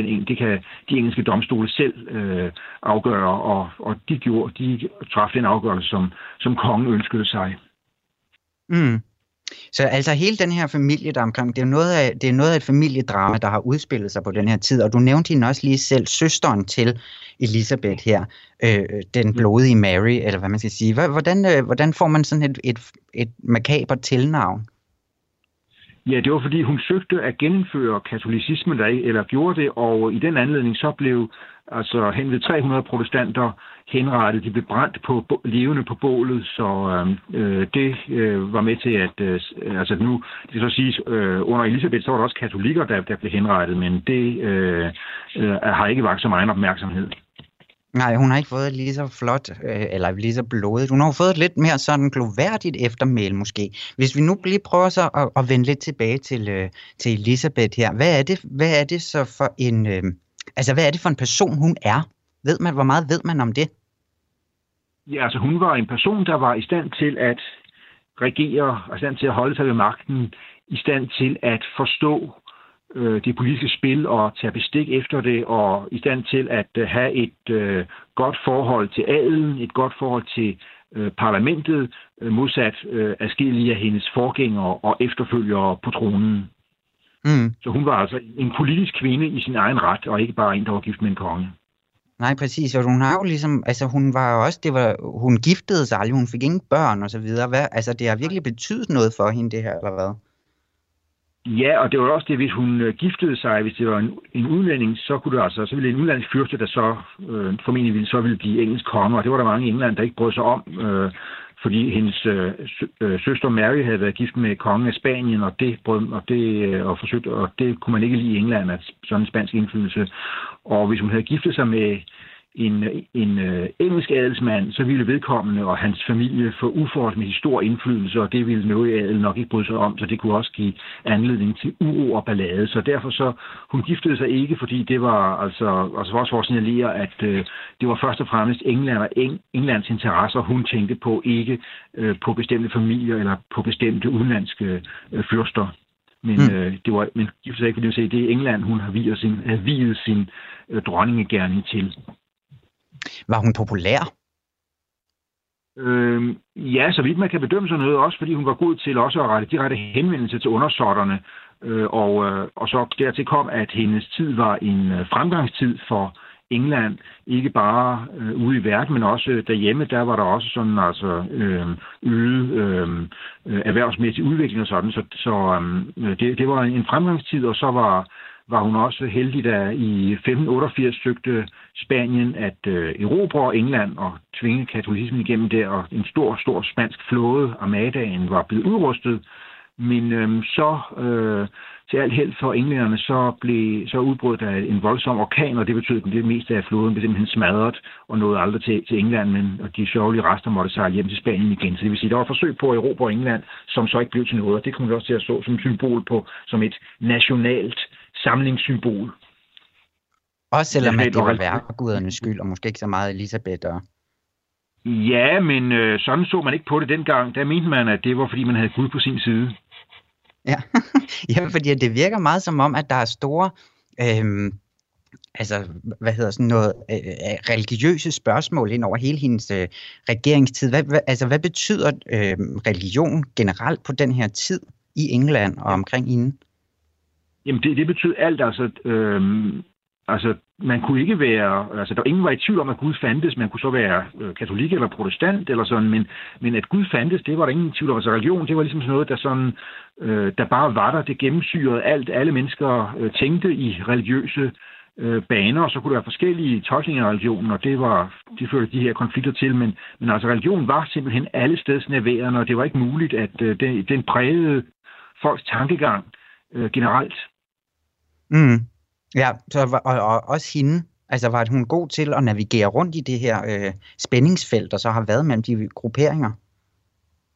de engelske domstole selv afgøre, og de traf den afgørelse, som kongen ønskede sig. Mm. Så altså hele den her familie, der omkring, det er noget af et familiedrama, der har udspillet sig på den her tid, og du nævnte hende også lige selv, søsteren til Elizabeth her, den blodige Mary, eller hvad man skal sige. Hvordan får man sådan et makabert tilnavn? Ja, det var fordi hun søgte at genindføre katolicismen, eller gjorde det, og i den anledning så blev altså hen ved 300 protestanter henrettet. De blev brændt levende på bålet, så det var med til at, altså nu, det skal så siges, under Elisabeth så var der også katolikker, der blev henrettet, men det har ikke vakt så meget opmærksomhed. Nej, hun har ikke fået lige så flot, eller lige så blodigt. Hun har fået et lidt mere sådan gloværdigt eftermæl måske. Hvis vi nu lige prøver så at vende lidt tilbage til Elizabeth her. Hvad er det så for en, hvad er det for en person hun er? Hvor meget ved man om det? Ja, altså hun var en person, der var i stand til at regere, i stand til at holde sig ved magten, i stand til at forstå det politiske spil og tage bestik efter det, og i stand til at have et godt forhold til adelen, et godt forhold til parlamentet, modsat adskillige af hendes forgængere og efterfølgere på tronen. Mm. Så hun var altså en politisk kvinde i sin egen ret, og ikke bare en, der var gift med en konge. Nej, præcis. Og hun har jo ligesom, hun var også, hun giftede sig aldrig, hun fik ingen børn og så videre. Det har virkelig betydet noget for hende, det her, eller hvad? Ja, og det var også det, hvis hun giftede sig, hvis det var en udlænding, så kunne det altså, så ville en udlandsk fyrste, der så formentlig ville blive engelsk konge, og det var der mange i England, der ikke brød sig om, fordi hendes søster Mary havde været gift med kongen af Spanien, og det kunne man ikke lide i England, at sådan en spansk indflydelse. Og hvis hun havde giftet sig med en engelsk adelsmand, så ville vedkommende og hans familie få uforholdsmæssigt stor indflydelse, og det ville den øvrige adel nok ikke bryde sig om, så det kunne også give anledning til uro og ballade. Så derfor så, hun giftede sig ikke, fordi det var altså også for at signalere, at det var først og fremmest England og Englands interesser, hun tænkte på, ikke på bestemte familier eller på bestemte udenlandske fyrster. Men men giftede sig ikke, fordi det er England, hun har viet sin dronningegerning til. Var hun populær? Ja, så vidt man kan bedømme sådan noget, også fordi hun var god til også at rette direkte henvendelse til undersåtterne. Og så dertil kom, at hendes tid var en fremgangstid for England, ikke bare ude i verden, men også derhjemme, der var der også sådan øget erhvervsmæssig udvikling og sådan, så det var en fremgangstid, og så var hun også heldig, da i 1588 søgte Spanien at erobre England og tvinge katolicismen igennem der, og en stor spansk flåde, Armadaen, var blevet udrustet. Men til alt held for englænderne, så udbrød der en voldsom orkan, og det betød, at det meste af flåden blev simpelthen smadret og nåede aldrig til England, og de sørgelige rester måtte sejle hjem til Spanien igen. Så det vil sige, der var et forsøg på at erobre England, som så ikke blev til noget, og det kommer vi også til at stå som et symbol på, som et nationalt samlingssymbol. Også selvom det var værkegudernes skyld, og måske ikke så meget Elisabeth og... Ja, men sådan så man ikke på det dengang. Der mente man, at det var, fordi man havde Gud på sin side. Ja, ja, fordi det virker meget som om, at der er store, religiøse spørgsmål ind over hele hendes regeringstid. Hvad betyder religion generelt på den her tid i England og omkring hende? Jamen, det betyder alt, man kunne ikke være, der ingen var i tvivl om, at Gud fandtes. Man kunne så være katolik eller protestant eller sådan, men at Gud fandtes, det var der ingen tvivl om. Altså religion, det var ligesom sådan noget, der bare var der. Det gennemsyrede alt. Alle mennesker tænkte i religiøse baner, og så kunne der være forskellige tolkninger af religionen, og det førte de her konflikter til. Men altså religion var simpelthen alle steds nærværende, og det var ikke muligt, at den prægede folks tankegang generelt. Mm. Ja, og også hende, var hun god til at navigere rundt i det her spændingsfelt, og så har været mellem de grupperinger?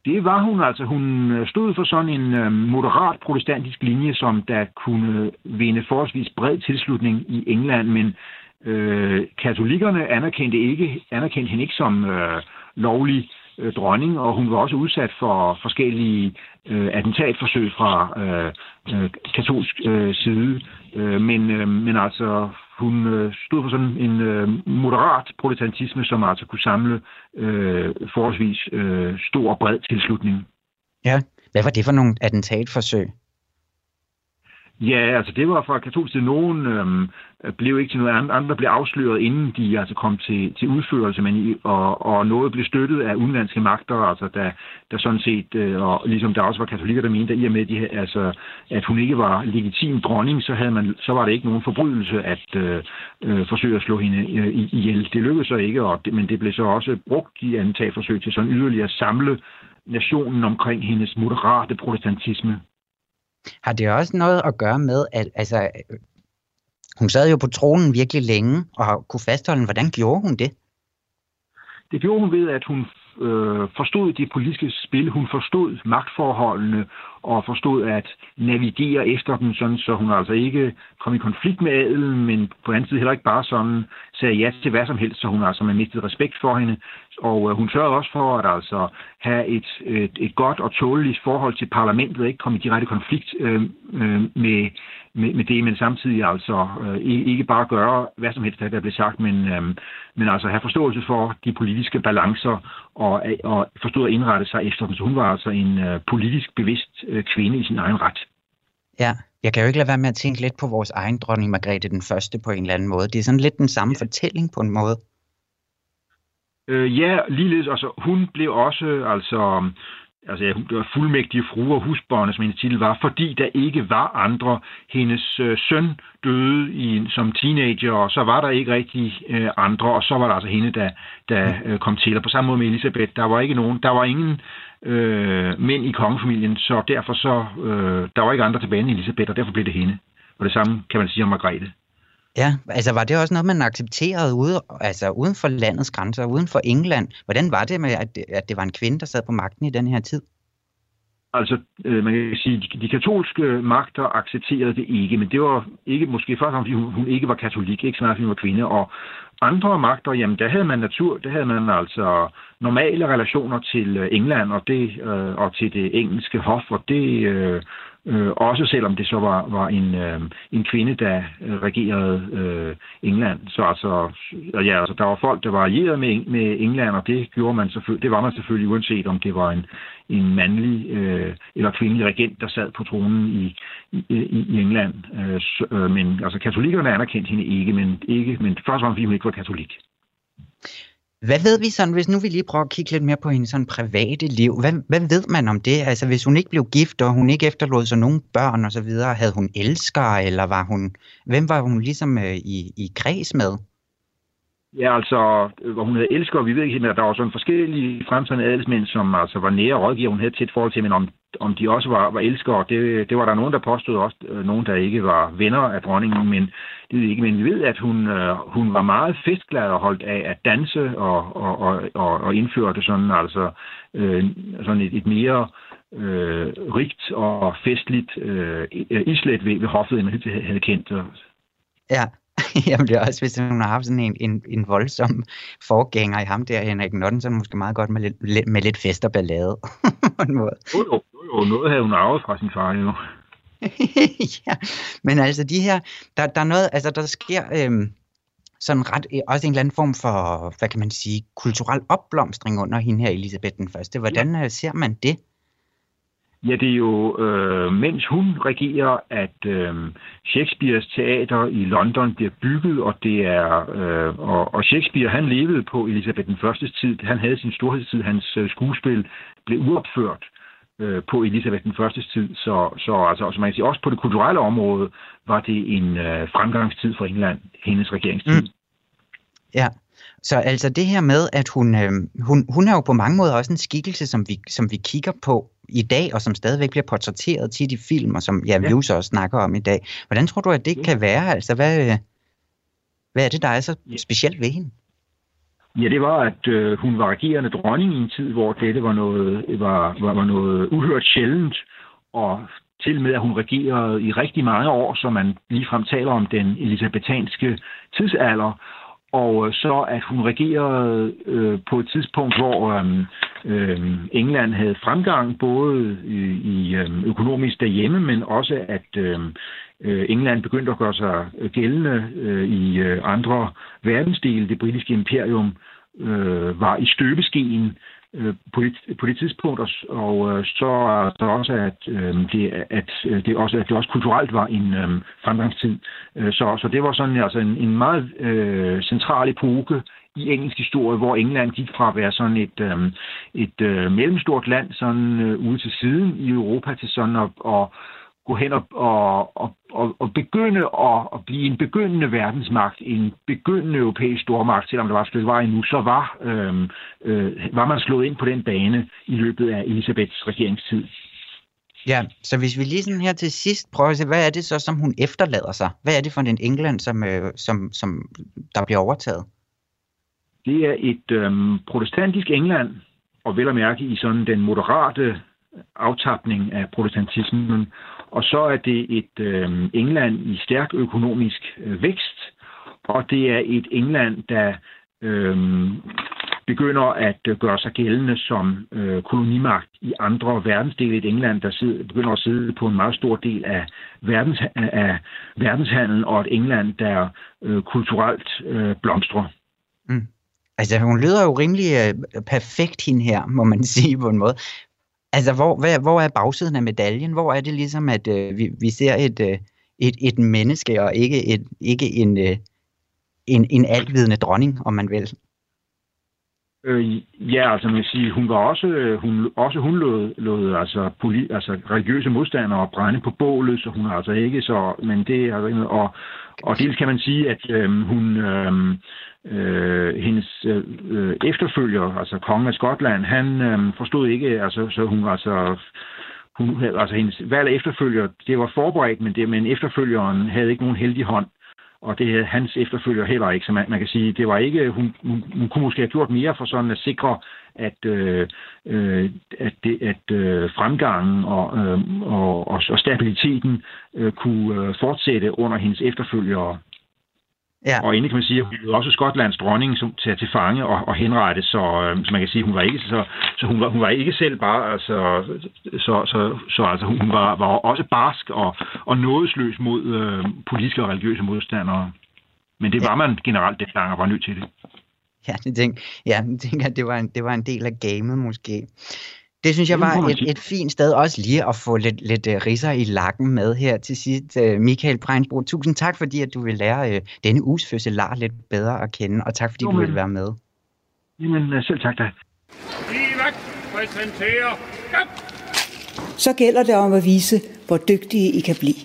Det var hun altså. Hun stod for sådan en moderat protestantisk linje, som der kunne vinde forholdsvis bred tilslutning i England, men katolikkerne anerkendte hende ikke som lovlig dronning, og hun var også udsat for forskellige attentatforsøg fra katolsk side. Men altså, hun stod for sådan en moderat protestantisme, som altså kunne samle forholdsvis stor og bred tilslutning. Ja, hvad var det for nogle attentatforsøg? Ja, altså det var fra katolsk side. Nogen blev ikke til noget andet. Andre blev afsløret, inden de altså kom til udførelse, og noget blev støttet af udenlandske magter, altså der sådan set, og ligesom der også var katolikker, der mente, at i og med, at hun ikke var legitim dronning, så var det ikke nogen forbrydelse at forsøge at slå hende ihjel. Det lykkedes så ikke, men det blev så også brugt i attentatforsøg til sådan yderligere at samle nationen omkring hendes moderate protestantisme. Har det også noget at gøre med, at hun sad jo på tronen virkelig længe og kunne fastholde den. Hvordan gjorde hun det? Det gjorde hun ved, at hun forstod det politiske spil. Hun forstod magtforholdene og forstod at navigere efter dem, sådan, så hun altså ikke kom i konflikt med adelen, men på anden side heller ikke bare sådan sagde ja til hvad som helst, så hun altså mistede respekt for hende. Og hun sørgede også for at altså have et godt og tåleligt forhold til parlamentet, ikke komme i direkte konflikt med det, men samtidig altså ikke bare gøre hvad som helst, der blev sagt, men altså have forståelse for de politiske balancer og forstå at indrette sig efter dem. Så hun var altså en politisk bevidst kvinde i sin egen ret. Ja, jeg kan jo ikke lade være med at tænke lidt på vores egen dronning Margrethe den første på en eller anden måde. Det er sådan lidt den samme fortælling på en måde. Ja, ligeledes. Altså, hun blev også hun var fuldmægtige frue og husbånd, som hendes titel var, fordi der ikke var andre. Hendes søn døde som teenager, og så var der ikke rigtig andre, og så var der altså hende, der kom til. Og på samme måde med Elisabeth, der var ingen mænd i kongefamilien, så derfor der var ikke andre tilbage end Elisabeth, og derfor blev det hende. Og det samme kan man sige om Margrethe. Ja, altså var det også noget, man accepterede uden for landets grænser, uden for England? Hvordan var det med, at det var en kvinde, der sad på magten i den her tid? Altså, man kan sige, de katolske magter accepterede det ikke, men det var ikke måske først og fremmest, fordi hun ikke var katolik, ikke så meget, fordi hun var kvinde. Og andre magter, jamen, der havde man altså normale relationer til England og til det engelske hof, og det også selvom det så var en kvinde, der regerede England. Så altså der var folk, der var allieret med England, og det var man selvfølgelig uanset om det var en mandlig eller kvindelig regent, der sad på tronen i England. Men altså katolikkerne anerkendte hende ikke, men først og fremmest fordi hun ikke var katolik. Hvad ved vi sådan, hvis nu vi lige prøver at kigge lidt mere på hendes sådan private liv? Hvad ved man om det? Altså hvis hun ikke blev gift, og hun ikke efterlod sig nogen børn og så videre, havde hun elskere, eller hvem var hun ligesom i kreds med? Ja, altså, hvor hun havde elskere, vi ved ikke, men der var sådan forskellige fremtrædende adelsmænd, som altså var nære rådgiver, hun havde tæt forhold til, men om de også var elskere, det var der nogen, der påstod også, nogen, der ikke var venner af dronningen, men det ved ikke, men vi ved, at hun var meget festglad og holdt af at danse og indførte sådan, altså, sådan et mere rigt og festligt islet ved hoffet, end man havde kendt. Ja. Jamen det er også, hvis hun har haft sådan en voldsom forgænger i ham der, Henrik Notten, så er det måske meget godt med lidt fest og ballade på en måde. Jo, noget havde hun arvet fra sin far, jo. Ja, men altså de her, der er noget, altså der sker sådan ret, også en eller anden form for, hvad kan man sige, kulturel opblomstring under hende her, Elisabeth den første. Hvordan ser man det? Ja, det er jo, mens hun regerer, at Shakespeares teater i London bliver bygget, og det er og Shakespeare, han levede på Elisabeth den første tid. Han havde sin storhedstid, hans skuespil blev uopført på Elisabeth den første tid. Så man kan sige, også på det kulturelle område var det en fremgangstid for England, hendes regeringstid. Mm. Ja. Så altså det her med, at hun er jo på mange måder også en skikkelse, som vi kigger på i dag, og som stadigvæk bliver portrætteret tit i film, og som vi jo så også snakker om i dag. Hvordan tror du, at det kan være? Altså, hvad er det, der er så specielt ved hende? Ja, det var, at hun var regerende dronning i en tid, hvor dette var noget uhørt sjældent, og til med, at hun regerede i rigtig mange år, så man ligefrem taler om den elisabetanske tidsalder, og så at hun regerede på et tidspunkt, hvor England havde fremgang, både i økonomisk derhjemme, men også at England begyndte at gøre sig gældende i andre verdensdele. Det britiske imperium var i støbeskeen på det tidspunkt, og så også, at det også kulturelt var en fremgangstid. Så det var sådan altså en meget central epoke i engelsk historie, hvor England gik fra at være sådan et mellemstort land sådan ude til siden i Europa til sådan at gå hen og begynde at blive en begyndende verdensmagt, en begyndende europæisk stormagt, selvom der var et stykke vej endnu, så var man slået ind på den bane i løbet af Elisabeths regeringstid. Ja, så hvis vi lige sådan her til sidst prøver at se, hvad er det så, som hun efterlader sig? Hvad er det for en England, som der bliver overtaget? Det er et protestantisk England, og vel at mærke i sådan den moderate aftapning af protestantismen. Og så er det et England i stærk økonomisk vækst, og det er et England, der begynder at gøre sig gældende som kolonimagt i andre verdensdele. Et England, der begynder at sidde på en meget stor del af verdenshandlen, og et England, der kulturelt blomstrer. Mm. Altså, hun lyder jo rimelig perfekt hende her, må man sige på en måde. Altså, hvor er bagsiden af medaljen? Hvor er det ligesom, at vi ser et menneske, og ikke en altvidende dronning, om man vil? Ja, altså man kan sige, hun var hun lod altså religiøse modstandere og brænde på bålet, så hun er altså ikke så, men det er og dels kan man sige, at hendes efterfølger, altså kongen af Skotland, han forstod ikke, altså så hendes valg af efterfølger, det var forberedt, men efterfølgeren havde ikke nogen heldig hånd. Og det havde hans efterfølger heller ikke, så man kan sige, det var ikke, hun kunne måske have gjort mere for sådan at sikre, at fremgangen og stabiliteten kunne fortsætte under hendes efterfølgere. Ja. Og endelig kan man sige, at hun blev også Skotlands dronning til fange og henrette, så man kan sige, hun var ikke hun var ikke selv bare, altså hun var også barsk og nådesløs mod politiske og religiøse modstandere. Men det var man generelt dengang og var nødt til det. Ja, jeg tænker, at det var en del af gamet måske. Det synes jeg var et fint sted også lige at få lidt ridser i lakken med her til sidst. Michael Preinsbro, tusind tak, fordi at du vil lære denne uges fødselar lidt bedre at kende, og tak fordi du ville være med. Jamen, selv tak da. Så gælder det om at vise, hvor dygtige I kan blive.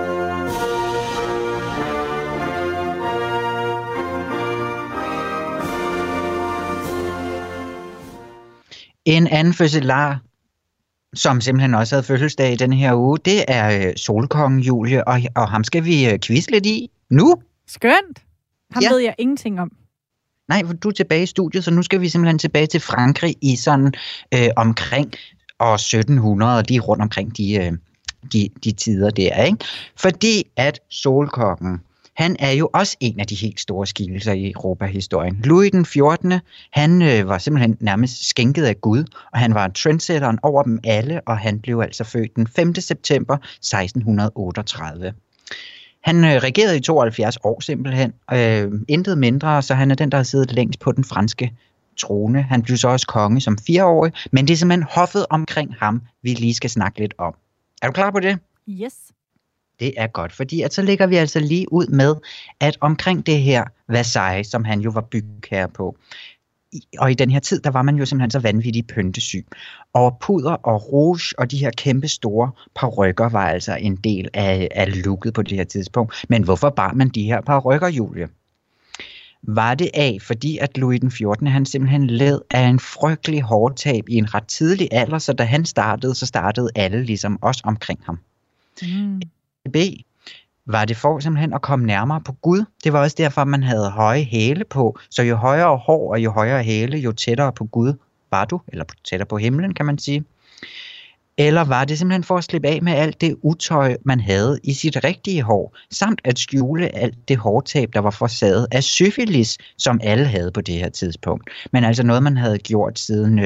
En anden fødselar, som simpelthen også havde fødselsdag i denne her uge, det er solkongen Julie, og ham skal vi quizze lidt i nu. Skønt! Ham ved jeg ingenting om. Nej, for du er tilbage i studiet, så nu skal vi simpelthen tilbage til Frankrig i sådan omkring år 1700, og de rundt omkring de tider der, ikke? Fordi at solkongen, han er jo også en af de helt store skikkelser i Europahistorien. Louis den 14. Han var simpelthen nærmest skænket af Gud, og han var trendsetteren over dem alle, og han blev altså født den 5. september 1638. Han regerede i 72 år simpelthen, intet mindre, så han er den, der har siddet længst på den franske trone. Han blev så også konge som 4-årig, men det er simpelthen hoffet omkring ham, vi lige skal snakke lidt om. Er du klar på det? Yes. Det er godt, fordi at så lægger vi altså lige ud med, at omkring det her Versailles, som han jo var bygherre på, og i den her tid, der var man jo simpelthen så vanvittig pyntesyg. Og puder og rouge og de her kæmpe store parykker var altså en del af looket på det her tidspunkt. Men hvorfor bar man de her parykker, Julie? Var det fordi at Louis den 14. han simpelthen led af en frygtelig hårtab i en ret tidlig alder, så da han startede, så startede alle ligesom også omkring ham. B. var det for simpelthen at komme nærmere på Gud? Det var også derfor, man havde høje hæle på. Så jo højere hår og jo højere hæle, jo tættere på Gud var du, eller tættere på himlen, kan man sige. Eller var det simpelthen for at slippe af med alt det utøj, man havde i sit rigtige hår, samt at skjule alt det hårtab, der var forsaget af syfilis, som alle havde på det her tidspunkt. Men altså noget, man havde gjort siden,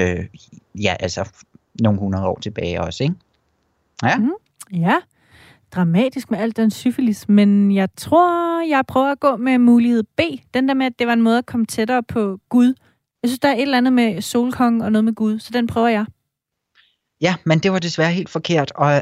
nogle 100 år tilbage også, ikke? Ja. Ja, dramatisk med alt den syfilis, men jeg tror, jeg prøver at gå med mulighed B. Den der med, at det var en måde at komme tættere på Gud. Jeg synes, der er et eller andet med solkongen og noget med Gud, så den prøver jeg. Ja, men det var desværre helt forkert, og...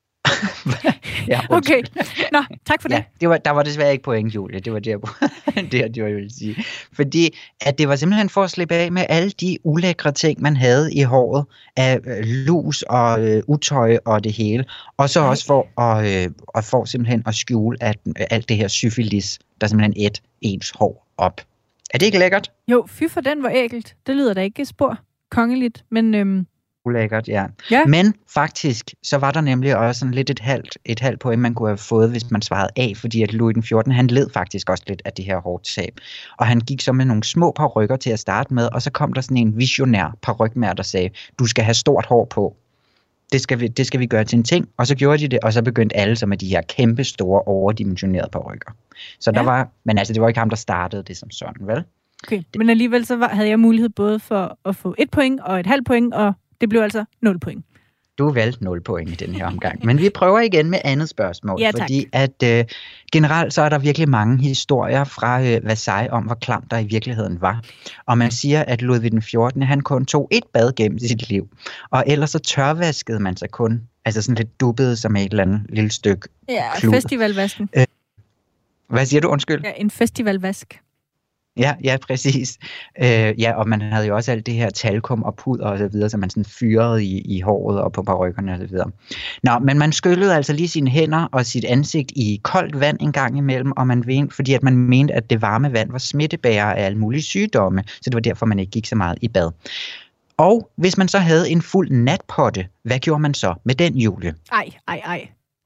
ja, okay, nå, tak for det. Ja, der var desværre ikke point, Julie, det var det, jeg ville sige. Fordi at det var simpelthen for at slippe af med alle de ulækre ting, man havde i håret, af lus og utøj og det hele, og så også for simpelthen at skjule alt det her syfilis, der simpelthen ens hår op. Er det ikke lækkert? Jo, fy for den var ægelt. Det lyder da ikke spor kongeligt, men... Ulækkert, ja. Men faktisk, så var der nemlig også sådan lidt et halvt point, man kunne have fået, hvis man svarede af, fordi at Louis den 14. han led faktisk også lidt af det her hårtab. Og han gik så med nogle små parykker til at starte med, og så kom der sådan en visionær parykmager, der sagde, du skal have stort hår på. Det skal vi gøre til en ting. Og så gjorde de det, og så begyndte alle så med de her kæmpe store, overdimensionerede parykker. Så der var, men altså det var ikke ham, der startede det som sådan, vel? Okay, men alligevel så havde jeg mulighed både for at få 1 point og et halvt point, og det blev altså 0 point. Du valgte 0 point i den her omgang. Men vi prøver igen med andet spørgsmål. Ja, tak. Fordi at generelt så er der virkelig mange historier fra Versailles om, hvor klamt der i virkeligheden var. Og man siger, at Ludvig den 14. han kun tog 1 bad gennem sit liv. Og ellers så tørvaskede man sig kun. Altså sådan lidt dubbet som et eller andet lille stykke klud. Festivalvasken. Hvad siger du? Undskyld? Ja, en festivalvask. Ja, præcis. Og man havde jo også alt det her talkum og puder og så videre, så man sådan fyrede i håret og på parykkerne og så videre. Nå, men man skyllede altså lige sine hænder og sit ansigt i koldt vand en gang imellem, og fordi at man mente, at det varme vand var smittebærer af alle mulige sygdomme, så det var derfor, man ikke gik så meget i bad. Og hvis man så havde en fuld natpotte, hvad gjorde man så med den, Julie? Ej.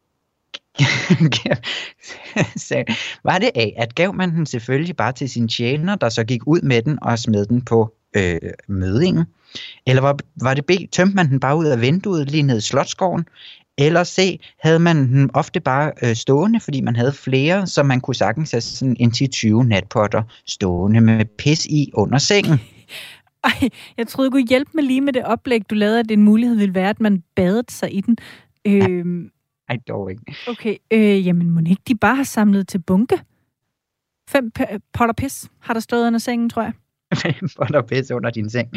Så var det at gav man den selvfølgelig bare til sine tjener, der så gik ud med den og smed den på mødingen? Eller var det B, tømte man den bare ud af vinduet lige ned i Slotsgården? Eller C, havde man den ofte bare stående, fordi man havde flere, så man kunne sagtens have sådan en 10-20 natpotter stående med pis i under sengen? Ej, jeg troede, du kunne hjælpe mig lige med det oplæg, du lavede, at en mulighed ville være, at man badede sig i den. Ej, dog ikke. Okay, jamen må ikke de bare have samlet til bunke? 5 potter pis har der stået under sengen, tror jeg. 5 potter pis under din seng.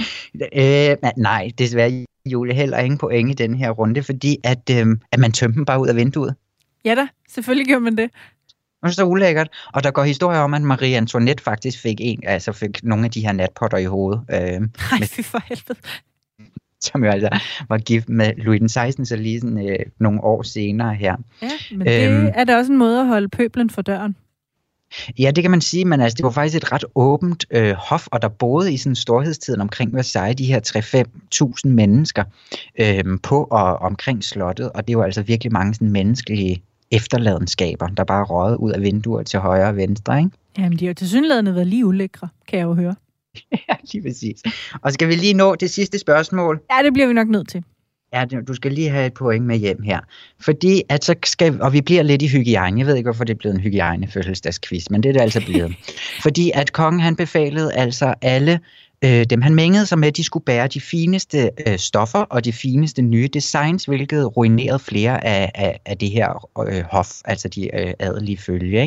Nej, desværre, Julie, heller ingen point i den her runde, fordi at man tømte dem bare ud af vinduet. Ja da, selvfølgelig gjorde man det. Det er så ulækkert. Og der går historier om, at Marie Antoinette faktisk fik nogle af de her natpotter i hovedet. Nej, fy for helvede. Som jo altså var gift med Louis den 16. så lige sådan, nogle år senere her. Ja, men det er da også en måde at holde pøblen for døren. Ja, det kan man sige, men altså, det var faktisk et ret åbent hof, og der boede i sådan storhedstiden omkring Versailles de her 3-5.000 mennesker på og omkring slottet, og det var altså virkelig mange sådan menneskelige efterladenskaber, der bare røgede ud af vinduer til højre og venstre, ikke? Jamen, de har jo tilsyneladende været lige ulækre, kan jeg jo høre. Ja, lige præcis. Og skal vi lige nå det sidste spørgsmål? Ja, det bliver vi nok nødt til. Ja, du skal lige have et point med hjem her. Fordi at så og vi bliver lidt i hygiejne. Jeg ved ikke, hvorfor det er blevet en hygiejne-fødselsdagsquiz, men det er det altså blevet. Fordi at kongen, han befalede altså alle dem, han mængede sig med, de skulle bære de fineste stoffer og de fineste nye designs, hvilket ruinerede flere af det her hof, altså de adelige følge,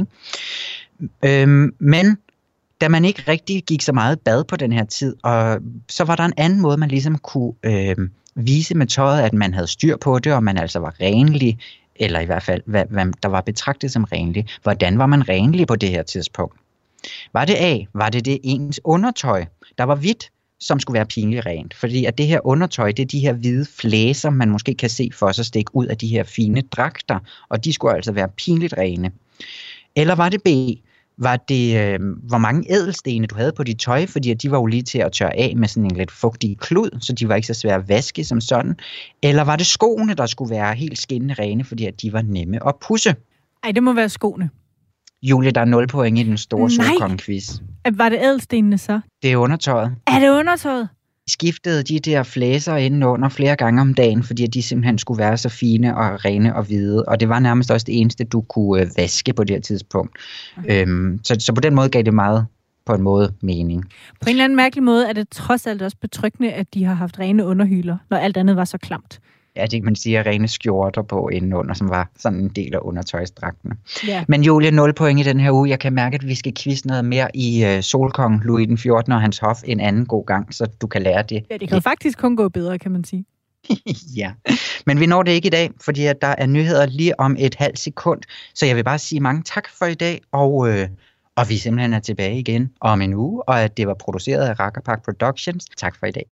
ikke? Men da man ikke rigtig gik så meget bad på den her tid, og så var der en anden måde, man ligesom kunne vise med tøjet, at man havde styr på det, og man altså var renlig, eller i hvert fald, hvad der var betragtet som renlig. Hvordan var man renlig på det her tidspunkt? Var det A? Var det ens undertøj, der var hvidt, som skulle være pinligt rent? Fordi at det her undertøj, det er de her hvide flæser, man måske kan se for sig stikke ud af de her fine dragter, og de skulle altså være pinligt rene. Eller var det B? Var det, hvor mange ædelstene du havde på dit tøj, fordi at de var jo lige til at tørre af med sådan en lidt fugtig klud, så de var ikke så svære at vaske som sådan? Eller var det skoene, der skulle være helt skinnende rene, fordi at de var nemme at pudse? Ej, det må være skoene. Julie, der er 0 point i den store solkongequiz. Var det ædelstenene så? Det er undertøjet. Er det undertøjet? De skiftede de der flæser indenunder flere gange om dagen, fordi de simpelthen skulle være så fine og rene og hvide. Og det var nærmest også det eneste, du kunne vaske på det her tidspunkt. Okay. Så på den måde gav det meget på en måde mening. På en eller anden mærkelig måde er det trods alt også betryggende, at de har haft rene underhylder, når alt andet var så klamt. Ja, det kan man sige, rene skjorter på indenunder, som var sådan en del af undertøjsdragtene. Ja. Men Julie, 0 point i den her uge. Jeg kan mærke, at vi skal quizze noget mere i solkongen Louis den 14. og hans hof en anden god gang, så du kan lære det. Ja, det kan jo faktisk kun gå bedre, kan man sige. Ja, men vi når det ikke i dag, fordi at der er nyheder lige om et halvt sekund. Så jeg vil bare sige mange tak for i dag, og vi simpelthen er tilbage igen om en uge, og at det var produceret af Rakkerpark Productions. Tak for i dag.